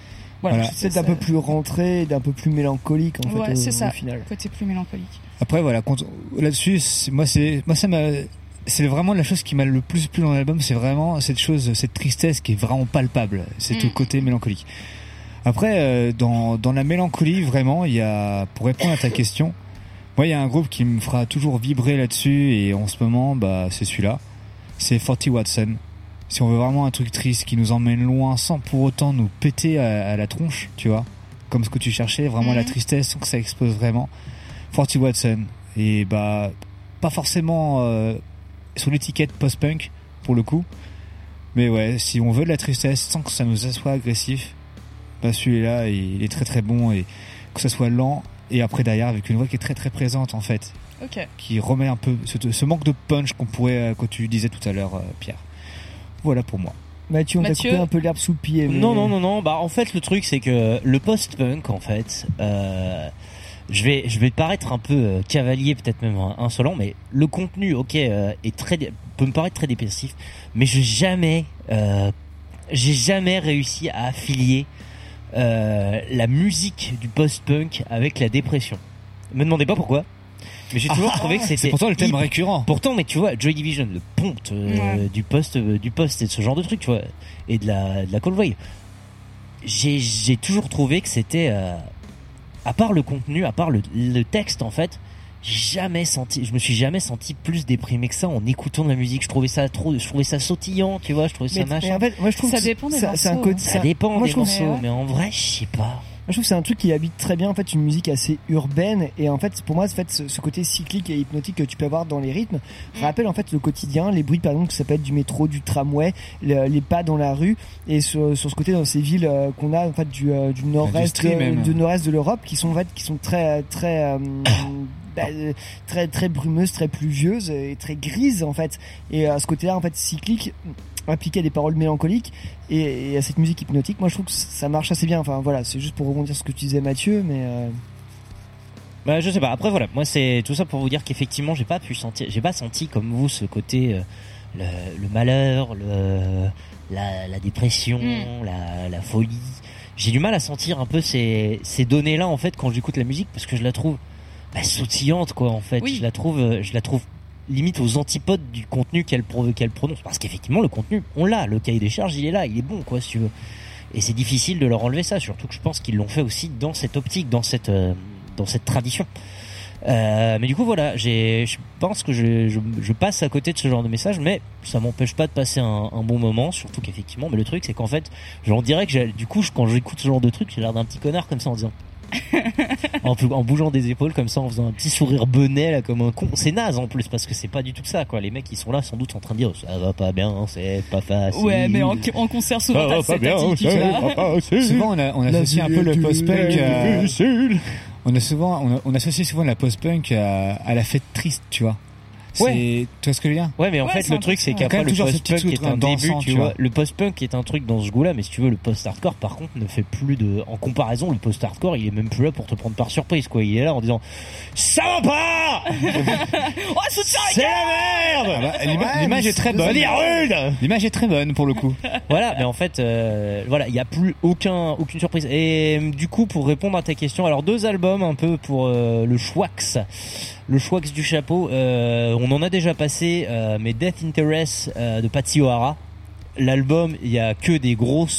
Voilà. C'est un peu plus rentré, d'un peu plus mélancolique en fait c'est ça. au final. Côté plus mélancolique. Après voilà, là-dessus, c'est vraiment la chose qui m'a le plus plu dans l'album, c'est vraiment cette tristesse qui est vraiment palpable, c'est au côté mélancolique. Après, dans la mélancolie, vraiment, pour répondre à ta question, moi, il y a un groupe qui me fera toujours vibrer là-dessus, et en ce moment, c'est celui-là. C'est 40 Watson. Si on veut vraiment un truc triste qui nous emmène loin sans pour autant nous péter à la tronche, tu vois, comme ce que tu cherchais, vraiment la tristesse, sans que ça explose vraiment. 40 Watson. Et pas forcément sur l'étiquette post-punk, pour le coup. Mais ouais, si on veut de la tristesse sans que ça nous soit agressif, celui-là, il est très très bon, et que ça soit lent, et après derrière avec une voix qui est très très présente en fait. Ok. Qui remet un peu ce manque de punch que tu disais tout à l'heure, Pierre. Voilà pour moi. Mathieu, on t'a coupé un peu l'herbe sous le pied. Mais... Non. En fait, le truc, c'est que le post-punk, en fait, je vais paraître un peu cavalier, peut-être même insolent, mais le contenu, peut me paraître très dépressif, mais j'ai jamais réussi à affilier la musique du post-punk avec la dépression. Me demandez pas pourquoi. Mais j'ai toujours trouvé que c'était. C'est pourtant le thème récurrent. Pourtant, mais tu vois, Joy Division, le ponte du poste et de ce genre de truc, tu vois, et de la Convoy. J'ai toujours trouvé que c'était, à part le contenu, à part le texte, en fait, je me suis jamais senti plus déprimé que ça en écoutant de la musique. Je trouvais ça sautillant, tu vois, je trouvais ça machin. Mais en fait, moi je trouve ça dépend des morceaux. Ça dépend des morceaux, mais en vrai, je sais pas. Moi, je trouve que c'est un truc qui habite très bien en fait une musique assez urbaine, et en fait pour moi ce côté cyclique et hypnotique que tu peux avoir dans les rythmes rappelle en fait le quotidien, les bruits par exemple que ça peut être du métro, du tramway, les pas dans la rue, et sur ce côté dans ces villes qu'on a en fait du nord-est de l'Europe qui sont très très brumeuses, très pluvieuses et très grises en fait, et à ce côté-là en fait cyclique appliqué à des paroles mélancoliques et à cette musique hypnotique, moi je trouve que ça marche assez bien. Enfin voilà, c'est juste pour rebondir sur ce que tu disais Mathieu, mais je sais pas. Après voilà, moi c'est tout ça pour vous dire qu'effectivement j'ai pas senti comme vous ce côté le malheur, la dépression, la folie. J'ai du mal à sentir un peu ces données-là en fait quand j'écoute la musique, parce que je la trouve sautillante quoi en fait. Oui. Je la trouve limite aux antipodes du contenu qu'elle prononce, parce qu'effectivement le contenu on l'a, le cahier des charges il est là, il est bon quoi si tu veux, et c'est difficile de leur enlever ça, surtout que je pense qu'ils l'ont fait aussi dans cette optique, dans cette tradition, mais du coup voilà, je pense que je passe à côté de ce genre de message, mais ça m'empêche pas de passer un bon moment, surtout qu'effectivement, mais le truc c'est qu'en fait on dirait que du coup quand j'écoute ce genre de truc j'ai l'air d'un petit connard comme ça en disant en bougeant des épaules comme ça, en faisant un petit sourire benet là comme un con. C'est naze en plus, parce que c'est pas du tout ça quoi. Les mecs ils sont là sans doute en train de dire ça va pas bien, c'est pas facile. Ouais, mais en concert souvent t'as cette attitude là. Souvent on associe un peu le post-punk on associe souvent la post-punk à la fête triste, tu vois. Ouais. Tu vois ce que je veux dire? Ouais, mais en fait, le truc, c'est qu'après, le post-punk est un début, tu vois. Le post-punk est un truc dans ce goût-là, mais si tu veux, le post-hardcore, par contre, ne fait plus en comparaison, le post-hardcore, il est même plus là pour te prendre par surprise, quoi. Il est là en disant, ça va pas! Oh, c'est la merde! L'image est très bonne. L'image est très bonne, pour le coup. Voilà, mais en fait, voilà, il y a plus aucune surprise. Et, du coup, pour répondre à ta question, alors 2 albums, un peu pour, le Schwax du chapeau, on en a déjà passé, mais Death Interest de Patsy O'Hara. L'album, il y a que des grosses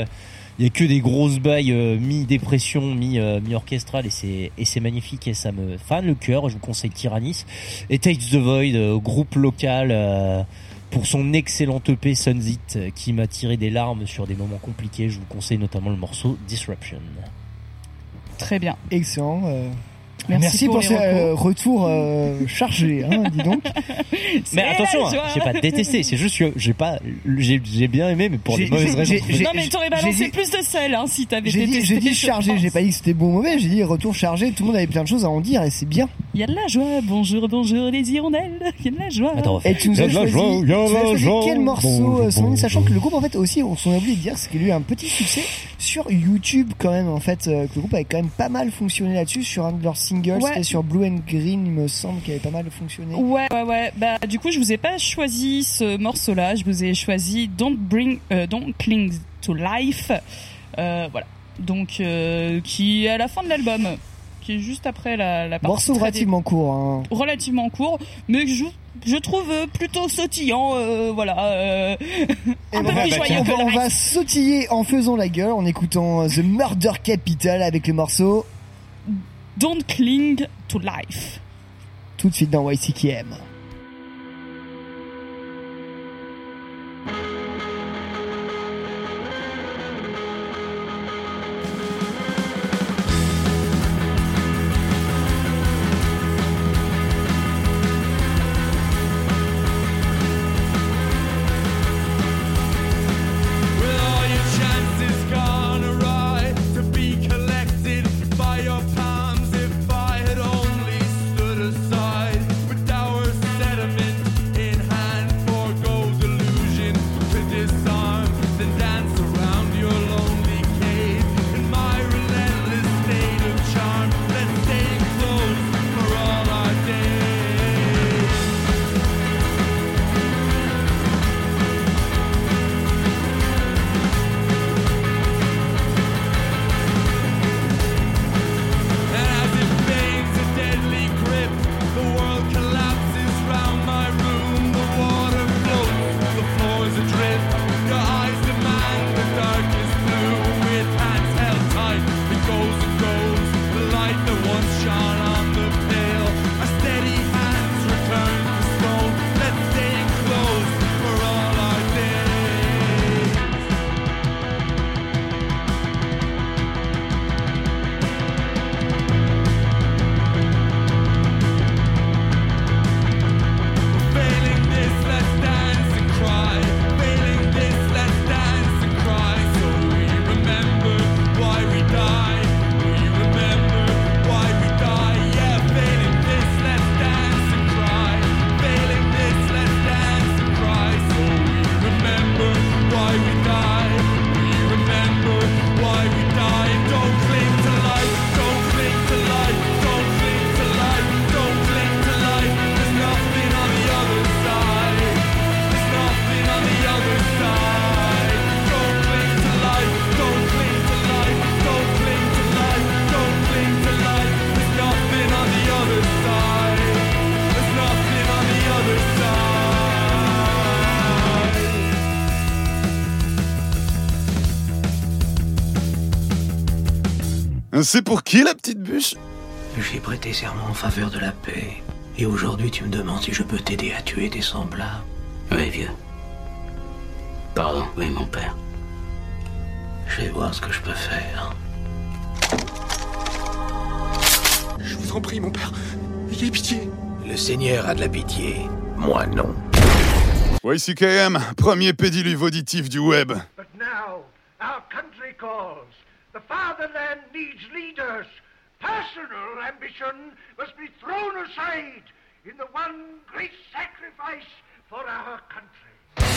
bails mi-dépression, mi-orchestrale, et c'est magnifique et ça me fane le cœur. Je vous conseille Tyrannis et Takes the Void, groupe local, pour son excellent EP Sunzit, qui m'a tiré des larmes sur des moments compliqués. Je vous conseille notamment le morceau Disruption. Très bien, excellent. Merci pour ce retour chargé, dis donc. Mais attention, j'ai pas détesté, c'est juste que j'ai bien aimé, mais pour les mauvaises raisons. Non mais t'aurais balancé plus de sel si t'avais détesté. J'ai dit chargé, j'ai pas dit que c'était bon ou mauvais, j'ai dit retour chargé, tout le monde avait plein de choses à en dire et c'est bien. Il y a de la joie, bonjour les hirondelles, il y a de la joie. Attends, et tu nous as choisi quel morceau, sachant que le groupe en fait aussi, on s'en a oublié de dire, c'est qu'il a eu un petit succès sur YouTube quand même en fait, que le groupe avait quand même pas mal fonctionné là-dessus, sur un de leurs singles, c'était sur Blue and Green, il me semble, qu'il avait pas mal fonctionné. Ouais. Bah du coup je vous ai pas choisi ce morceau-là, je vous ai choisi Don't Cling to Life. Voilà. Donc, qui est à la fin de l'album, qui est juste après la partie. Morceau relativement court. Hein. Relativement court, mais que je trouve plutôt sautillant, voilà. Un peu plus joyeux que le on va reste. sautiller en faisant la gueule, en écoutant The Murder Capital avec le morceau Don't Cling to Life. Tout de suite dans YCKM. C'est pour qui la petite bûche? J'ai prêté serment en faveur de la paix. Et aujourd'hui, tu me demandes si je peux t'aider à tuer tes semblables. Oui, vieux. Pardon, oui, mon père. Je vais voir ce que je peux faire. Je vous en prie, mon père. Ayez pitié. Le Seigneur a de la pitié. Moi, non. YCKM, premier pédiluve auditif du web. But now, our country calls. The fatherland needs leaders. Personal ambition must be thrown aside in the one great sacrifice for our country.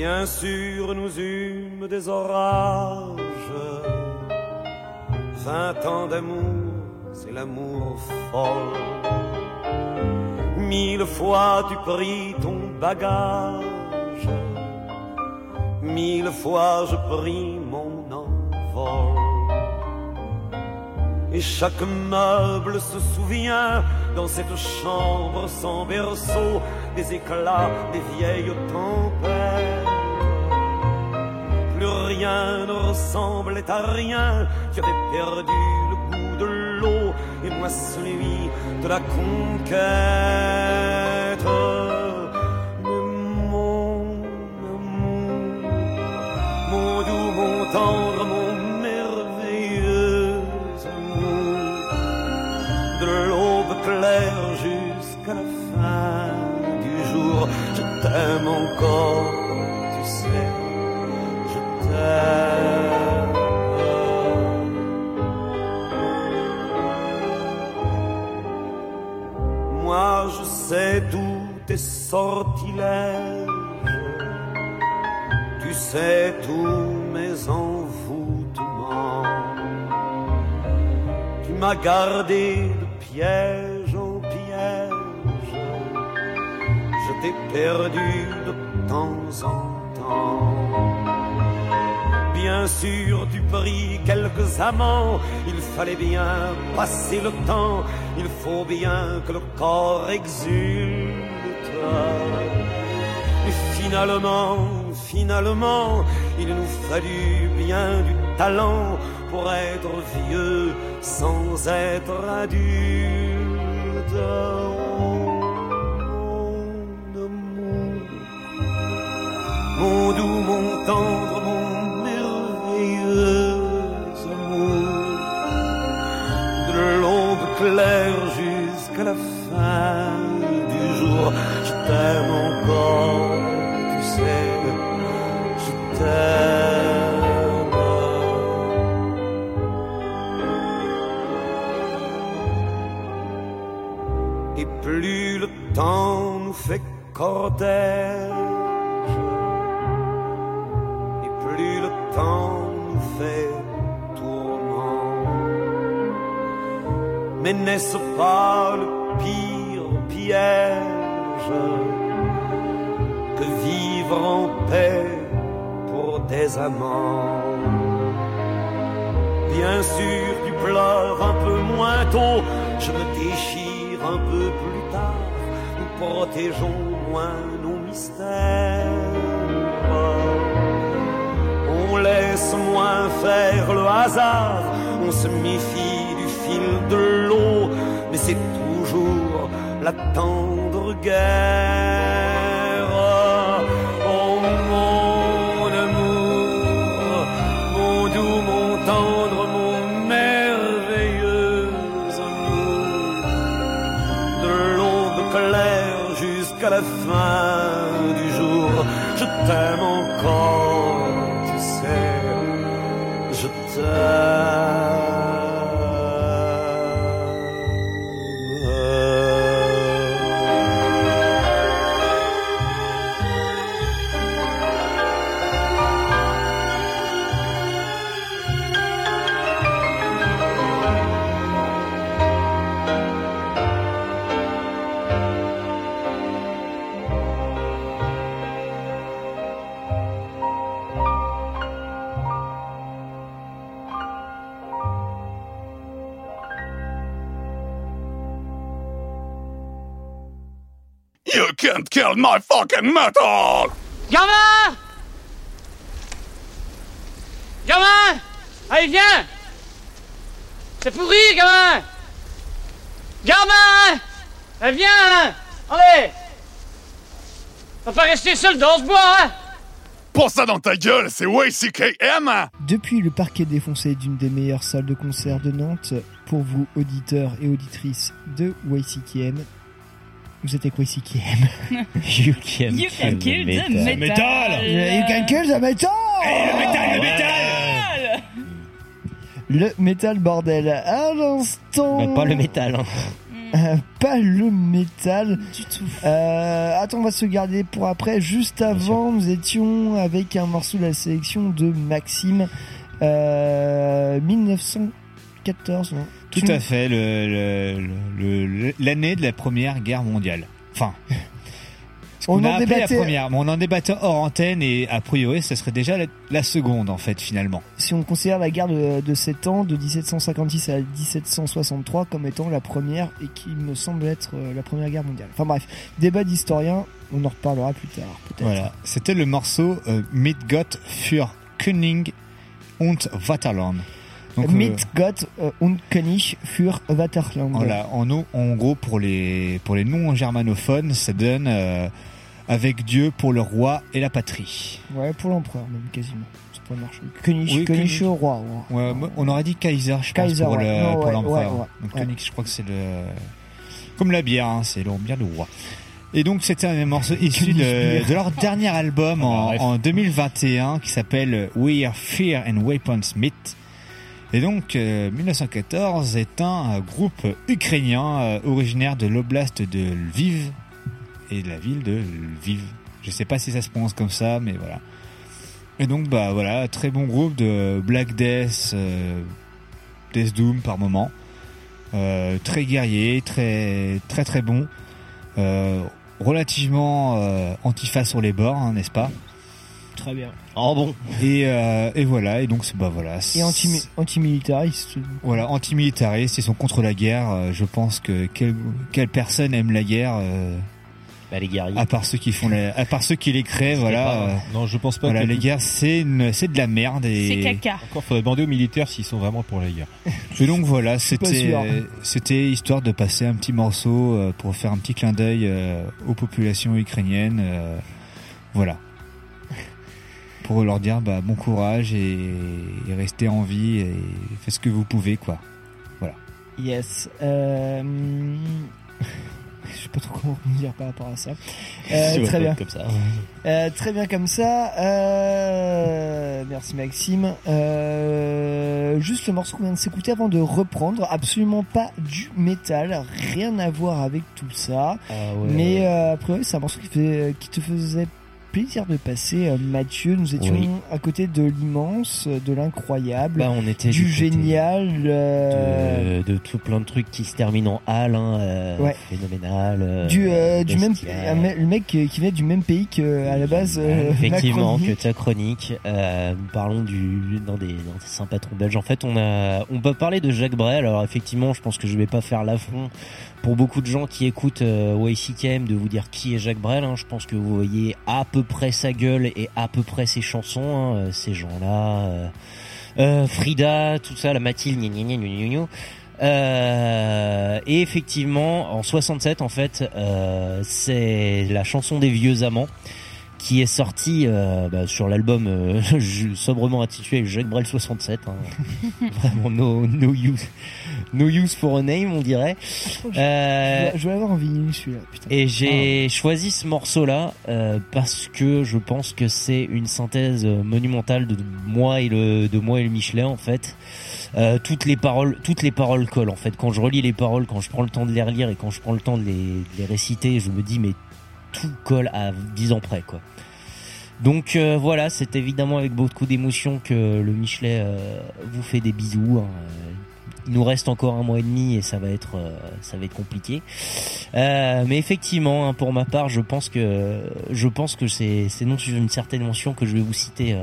Bien sûr, nous eûmes des orages. 20 ans d'amour, c'est l'amour folle. 1000 fois tu pris ton bagage. 1000 fois je pris mon envol. Et chaque meuble se souvient dans cette chambre sans berceau des éclats des vieilles tempêtes. Plus rien ne ressemblait à rien, tu avais perdu le goût de l'eau et moi celui de la conquête. Mais mon amour, mon doux, mon tendre, mon merveilleux amour, de l'aube claire jusqu'à la fin du jour, je t'aime encore, tu sais, je t'aime. Moi je sais tous tes sortilèges, tu sais tous mes envoûtements. Tu m'as gardé de piège en piège, je t'ai perdu de temps en temps. Bien sûr, tu pris quelques amants, il fallait bien passer le temps, il faut bien que le corps exulte. Et finalement, il nous fallut bien du talent pour être vieux sans être adulte. Mon doux, mon tendre, mon merveilleux amour, de l'aube claire jusqu'à la fin du jour, je t'aime encore, tu sais, je t'aime. Et plus le temps nous fait cortège, plus le temps nous fait tourment. Mais n'est-ce pas le pire piège que vivre en paix pour des amants? Bien sûr, tu pleures un peu moins tôt, je me déchire un peu plus tard, nous protégeons moins nos mystères. On laisse moins faire le hasard, on se méfie du fil de l'eau, mais c'est toujours la tendre guerre. Oh mon amour, mon doux, mon tendre, mon merveilleux amour, de l'aube claire jusqu'à la fin du jour, je t'aime encore, je t'aime. You can't kill my fucking metal! Gamin! Gamin! Allez, viens! C'est pourri, gamin! Gamin! Allez, viens! Allez! Va pas rester seul dans ce bois, hein! Pour ça dans ta gueule, c'est YCKM! Depuis le parquet défoncé d'une des meilleures salles de concert de Nantes, pour vous, auditeurs et auditrices de YCKM, vous êtes avec YCKM. You can kill the metal. You can kill the metal. Le métal. Le métal, bordel. À l'instant. Mais pas le métal, hein. Pas le métal du tout. Attends, on va se garder pour après. Juste avant, nous étions avec un morceau de la sélection de Maxime, 1914, non? Tout à fait, l'année de la Première Guerre mondiale. Enfin, on a appelé la première, mais on en débattait hors antenne et a priori, ça serait déjà la seconde en fait finalement. Si on considère la guerre de 7 ans, de 1756 à 1763 comme étant la première et qui me semble être la Première Guerre mondiale. Enfin bref, débat d'historien, on en reparlera plus tard peut-être. Voilà, c'était le morceau Mit Gott für König und Vaterland. Mit Gott und König für Vaterland. Voilà, en gros pour les non germanophones, ça donne avec Dieu pour le roi et la patrie. Ouais, pour l'empereur même quasiment. C'est pas marché. König au roi. Ouais, on aurait dit Kaiser, je pense, pour l'empereur. Ouais. Donc König, je crois que c'est comme la bière, hein, c'est le bien le roi. Et donc c'était un morceau issu de leur dernier album en 2021 qui s'appelle We Are Fear and Weaponsmith. Et donc 1914 est un groupe ukrainien originaire de l'oblast de Lviv et de la ville de Lviv. Je sais pas si ça se prononce comme ça, mais voilà. Et donc bah voilà, très bon groupe de Black Death, Death Doom par moment, très guerrier, très très très bon, relativement antifa sur les bords, hein, n'est-ce pas? Très bien. Oh bon. Et voilà, et donc bah voilà. Et antimilitariste. Voilà, antimilitariste, ils sont contre la guerre. Je pense que quelle personne aime la guerre les guerriers. À part ceux qui les créent, voilà. Non, je pense pas. Voilà, les guerres, c'est de la merde et. C'est caca. Encore, faudrait demander aux militaires s'ils sont vraiment pour la guerre. Et donc voilà, c'était histoire de passer un petit morceau pour faire un petit clin d'œil aux populations ukrainiennes, voilà. Pour leur dire bon courage et restez en vie et faites ce que vous pouvez, quoi. Voilà. Yes. Je sais pas trop comment dire par rapport à ça. Très bien. Comme ça. Très bien comme ça. Merci Maxime. Juste le morceau qu'on vient de s'écouter avant de reprendre. Absolument pas du métal, rien à voir avec tout ça. Mais a priori c'est un morceau qui te faisait plaisir de passer, Mathieu. Nous étions à côté de l'immense, de l'incroyable, on était du génial, de tout plein de trucs qui se terminent en hal, phénoménal. Du même, le mec qui venait du même pays que à la base. Effectivement, que ta chronique. Nous parlons dans des saints patrons belges. En fait, on peut parler de Jacques Brel. Alors effectivement, je pense que je vais pas faire l'affront pour beaucoup de gens qui écoutent YCKM de vous dire qui est Jacques Brel. Je pense que vous voyez à peu près sa gueule et à peu près ses chansons, ces gens-là, Frida, tout ça, la Mathilde, et effectivement, en 67, en fait, c'est la chanson des vieux amants qui est sortie sur l'album sobrement intitulé Jacques Brel 67. Vraiment no use for a name, on dirait. Je vais avoir en vinyle celui-là. Putain. Et j'ai choisi ce morceau-là parce que je pense que c'est une synthèse monumentale de moi et le Michelet, en fait. Toutes les paroles collent, en fait. Quand je relis les paroles, quand je prends le temps de les relire et quand je prends le temps de les réciter, je me dis mais tout colle à 10 ans près, quoi. Donc voilà, c'est évidemment avec beaucoup d'émotion que le Michelet vous fait des bisous. Il nous reste encore 1 mois et demi et ça va être compliqué. Mais effectivement, pour ma part, je pense que c'est non sur une certaine mention que je vais vous citer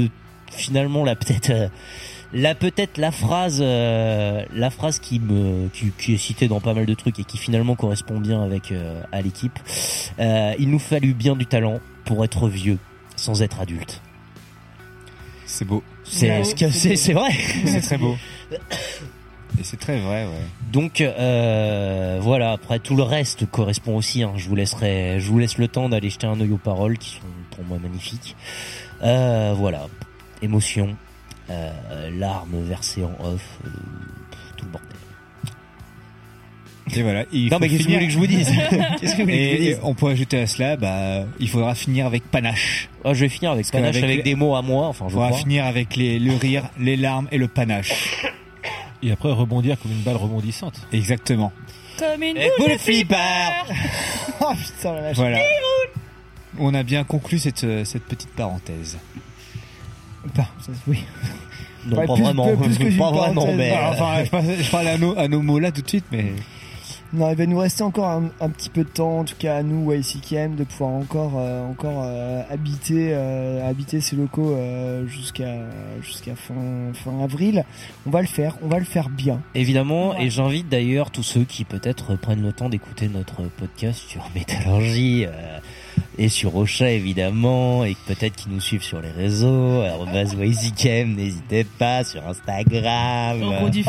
la phrase qui est citée dans pas mal de trucs et qui finalement correspond bien à l'équipe. Il nous fallut bien du talent pour être vieux sans être adulte. C'est beau. C'est vrai. C'est très beau. Et c'est très vrai, ouais. Donc voilà, après tout le reste correspond aussi, je vous laisse le temps d'aller jeter un œil aux paroles qui sont pour moi magnifiques. Voilà, émotion, larmes versées en off, tout le bordel. Et voilà. Non mais qu'est-ce que vous voulez que je vous dise? Et on peut ajouter à cela, il faudra finir avec panache. Je vais finir avec panache, avec des mots à moi. Enfin, on va finir avec le rire, les larmes et le panache. Et après rebondir comme une balle rebondissante. Exactement. comme une Et boule boule de flipper. Oh putain la vache. Voilà. On a bien conclu cette petite parenthèse. Bah, ça, oui. Non, Ouais, pas plus- vraiment. plus que une Pas vraiment, parenthèse. mais. Enfin, je parle à nos mots là tout de suite, mais. Non, il va nous rester encore un petit peu de temps, en tout cas à nous, YCKM, de pouvoir encore habiter ces locaux jusqu'à fin avril. On va le faire bien. Évidemment, et j'invite d'ailleurs tous ceux qui peut-être prennent le temps d'écouter notre podcast sur Métallurgie et sur Ocha évidemment, et peut-être qui nous suivent sur les réseaux, @YCKM, n'hésitez pas sur Instagram. Au du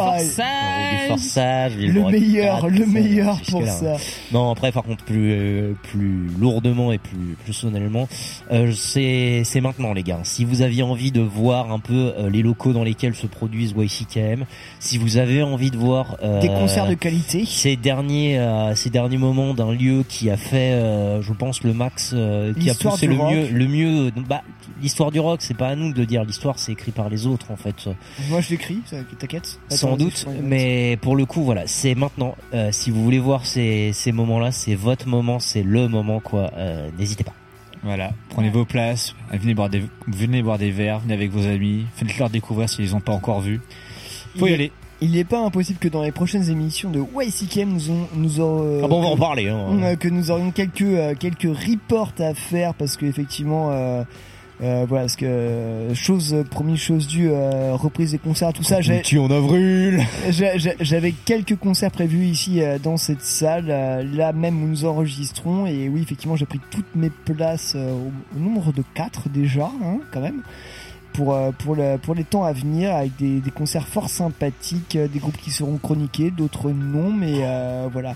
forçage. Le meilleur pour ça. Non, après par contre plus lourdement et plus solennellement, c'est maintenant les gars. Si vous aviez envie de voir un peu les locaux dans lesquels se produisent YCKM, si vous avez envie de voir Des concerts de qualité, ces derniers moments d'un lieu qui a fait je pense le max, qui a L'histoire poussé du le mieux, bah l'histoire du rock, c'est pas à nous de le dire, l'histoire c'est écrit par les autres en fait. moi je l'écris, t'inquiète. Sans Attends, doute, vas-y, mais pour le coup, voilà, c'est maintenant. Si vous voulez voir ces moments-là, c'est votre moment, c'est le moment, quoi. N'hésitez pas. Voilà, prenez vos places, venez boire des verres, venez avec vos amis, faites-leur découvrir s'ils les ont pas encore vus. Faut y aller. Il n'est pas impossible que dans les prochaines émissions de YCKM Ah bon, on va en parler. Hein. Que nous aurions quelques reports à faire parce que effectivement, voilà, parce que promis chose due, reprise des concerts, tout ça. En avril. J'avais quelques concerts prévus ici dans cette salle, là même où nous enregistrons, et oui effectivement j'ai pris toutes mes places au nombre de 4 déjà, hein, quand même. Pour les temps à venir, avec des concerts fort sympathiques, des groupes qui seront chroniqués, d'autres non, mais voilà.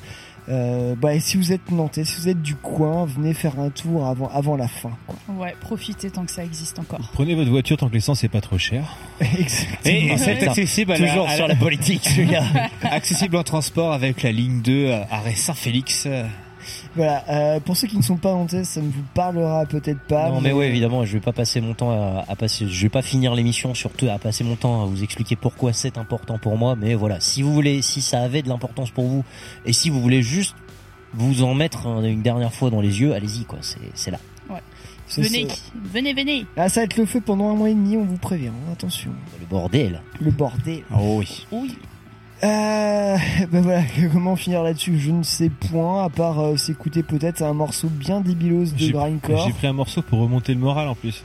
Et si vous êtes nantais, si vous êtes du coin, venez faire un tour avant la fin, quoi. Ouais, profitez tant que ça existe encore. Prenez votre voiture tant que l'essence est pas trop cher. Exactement. Et c'est accessible Toujours sur la politique, celui-là. accessible en transport avec la ligne 2 arrêt Saint-Félix. Voilà, pour ceux qui ne sont pas nantais, ça ne vous parlera peut-être pas. Non, mais ouais, évidemment, je vais pas passer mon temps je vais pas finir l'émission surtout à passer mon temps à vous expliquer pourquoi c'est important pour moi, mais voilà, si ça avait de l'importance pour vous, et si vous voulez juste vous en mettre une dernière fois dans les yeux, allez-y, quoi, c'est là. Ouais. C'est Venez. Ah, ça va être le feu pendant 1 mois et demi, on vous prévient, hein, attention. Le bordel. Oh oui. Oui. Voilà, comment finir là-dessus, je ne sais point, à part s'écouter peut-être un morceau bien débilos de grindcore. J'ai pris un morceau pour remonter le moral en plus.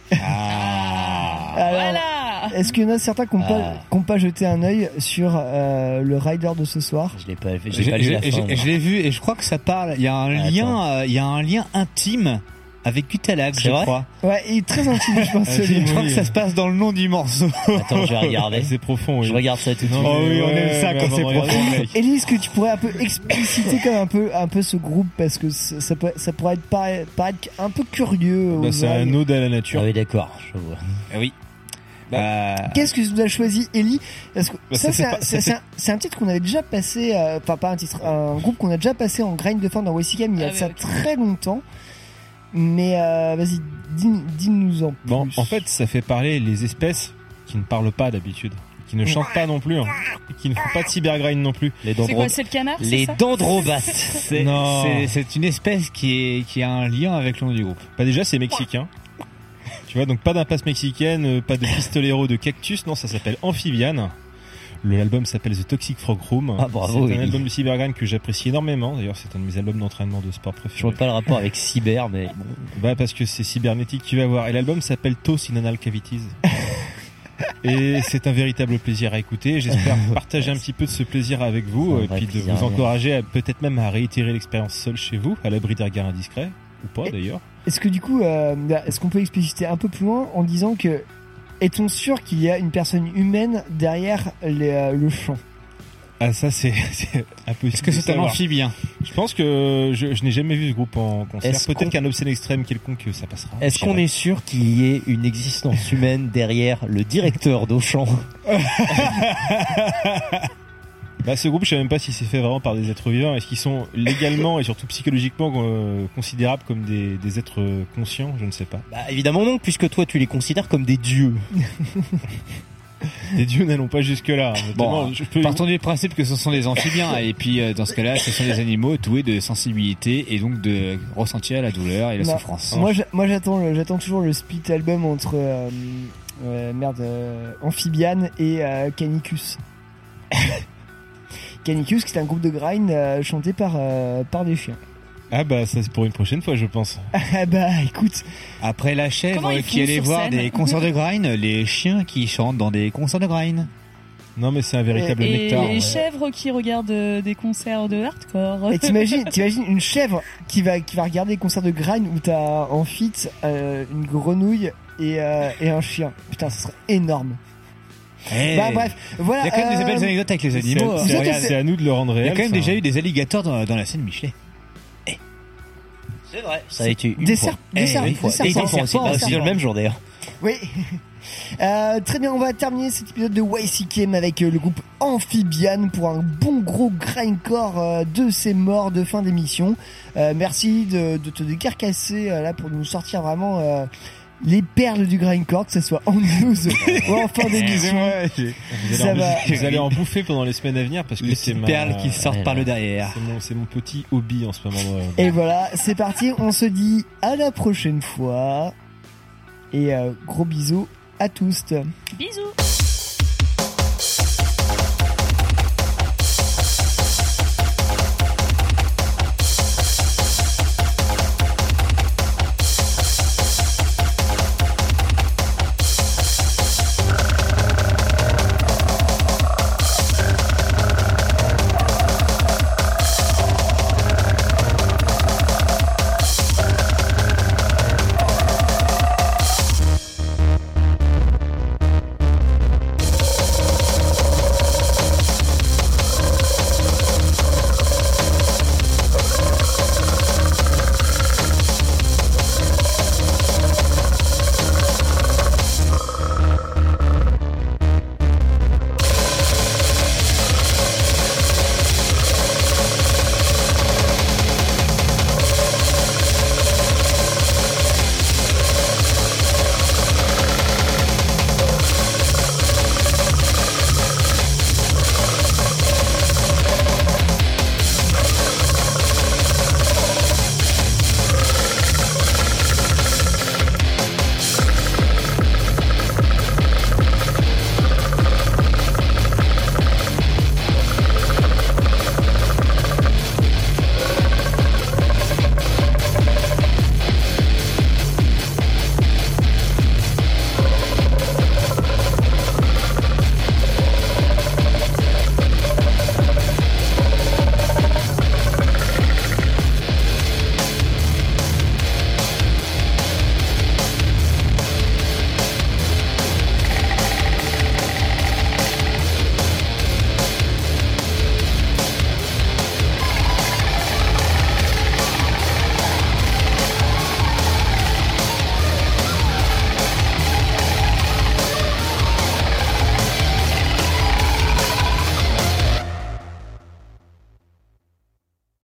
Alors, voilà. est-ce qu'il y en a certains qui n'ont pas jeté un œil sur le rider de ce soir? Je l'ai pas lu la fin. Je l'ai vu et je crois que ça parle. Il y a un lien intime avec Gutalag, je crois. Ouais, il est très intime, je pense. Je crois que ça se passe dans le nom du morceau. Attends, je vais regarder. C'est profond. Oui. Je regarde ça tout de suite. Oh oui, on aime ça quand c'est profond. Elie, est-ce que tu pourrais un peu expliciter comme un peu ce groupe, parce que ça pourrait paraître un peu curieux. C'est un ode à la nature. Ah oui, d'accord, je vois. Oui. Qu'est-ce que vous avez choisi, Elie? Parce que c'est c'est un titre qu'on avait déjà passé, enfin pas un titre, un groupe qu'on a déjà passé en grind de fin dans YCKM il y a très longtemps. Mais vas-y, dis-nous en plus. Bon, en fait, ça fait parler les espèces qui ne parlent pas d'habitude, qui ne chantent pas non plus, hein, qui ne font pas de cybergrind non plus. C'est quoi, c'est le canard? Les dendrobastes. C'est une espèce qui a un lien avec le nom du groupe. Bah déjà, c'est mexicain. Tu vois, donc pas d'impasse mexicaine, pas de pistolero de cactus, non, ça s'appelle Amphibian. L'album s'appelle The Toxic Frog Room. Ah, bravo, c'est un album de cybergrind que j'apprécie énormément. D'ailleurs, c'est un de mes albums d'entraînement de sport préférés. Je vois pas le rapport avec cyber, mais bon. Bah, parce que c'est cybernétique, tu vas voir. Et l'album s'appelle Toss in Anal Cavities. Et c'est un véritable plaisir à écouter. J'espère partager un petit peu de ce plaisir avec vous, et puis de vous encourager à peut-être même à réitérer l'expérience seule chez vous, à l'abri des regards indiscrets, ou pas d'ailleurs. Est-ce que du coup, est-ce qu'on peut expliciter un peu plus loin en disant que est-on sûr qu'il y a une personne humaine derrière le chant? Ah, ça c'est impossible. Est-ce que c'est un amphibien? Je pense que je n'ai jamais vu ce groupe en concert. Est-ce Peut-être qu'un obscène extrême quelconque ça passera. Est-ce qu'on est sûr qu'il y ait une existence humaine derrière le directeur d'Auchan? Bah, ce groupe, je sais même pas si c'est fait vraiment par des êtres vivants. Est-ce qu'ils sont légalement et surtout psychologiquement considérables comme des êtres conscients? Je ne sais pas. Bah, évidemment non, puisque toi tu les considères comme des dieux. Les dieux n'allons pas jusque-là. Bon, Notamment, partons du principe que ce sont des amphibiens et puis dans ce cas-là, ce sont des animaux doués de sensibilité et donc de ressentir la douleur et la Non. souffrance. Moi j'attends toujours le split album entre Amphibian et Canicus. Canicus, qui est un groupe de grind chanté par des chiens. Ah bah ça c'est pour une prochaine fois je pense. Ah bah écoute, Après la chèvre Comment ils qui font allait sur voir scène des concerts de grind, les chiens qui chantent dans des concerts de grind. Non mais c'est un véritable Et nectar. les ouais. chèvres qui regardent des concerts de hardcore. et t'imagines une chèvre qui va regarder les concerts de grind où t'as en feat une grenouille et un chien. Putain, ce serait énorme. Eh, Bah bref, voilà. il y a quand même des belles anecdotes avec les animaux. C'est- Regarde, c'est à nous de le rendre Il y réel. a quand même ça. déjà eu des alligators dans la scène Michelet. C'est vrai. Ça a été une Des fois. serpents, des serpents, Une fois. des Des serpents, serpents aussi. des Bah, aussi serpents. le même jour d'ailleurs. Oui. Très bien, on va terminer cet épisode de YCKM avec le groupe Amphibian pour un bon gros grindcore de ces morts de fin d'émission. Merci de te décarcasser là pour nous sortir vraiment les perles du grindcore, que ce soit en news ou en fin d'émission. Ça va. Vous allez en bouffer pendant les semaines à venir parce que Les c'est petites ma... perles qui sortent par le derrière. C'est mon petit hobby en ce moment. Et voilà, c'est parti, on se dit à la prochaine fois. Et gros bisous à tous. Bisous.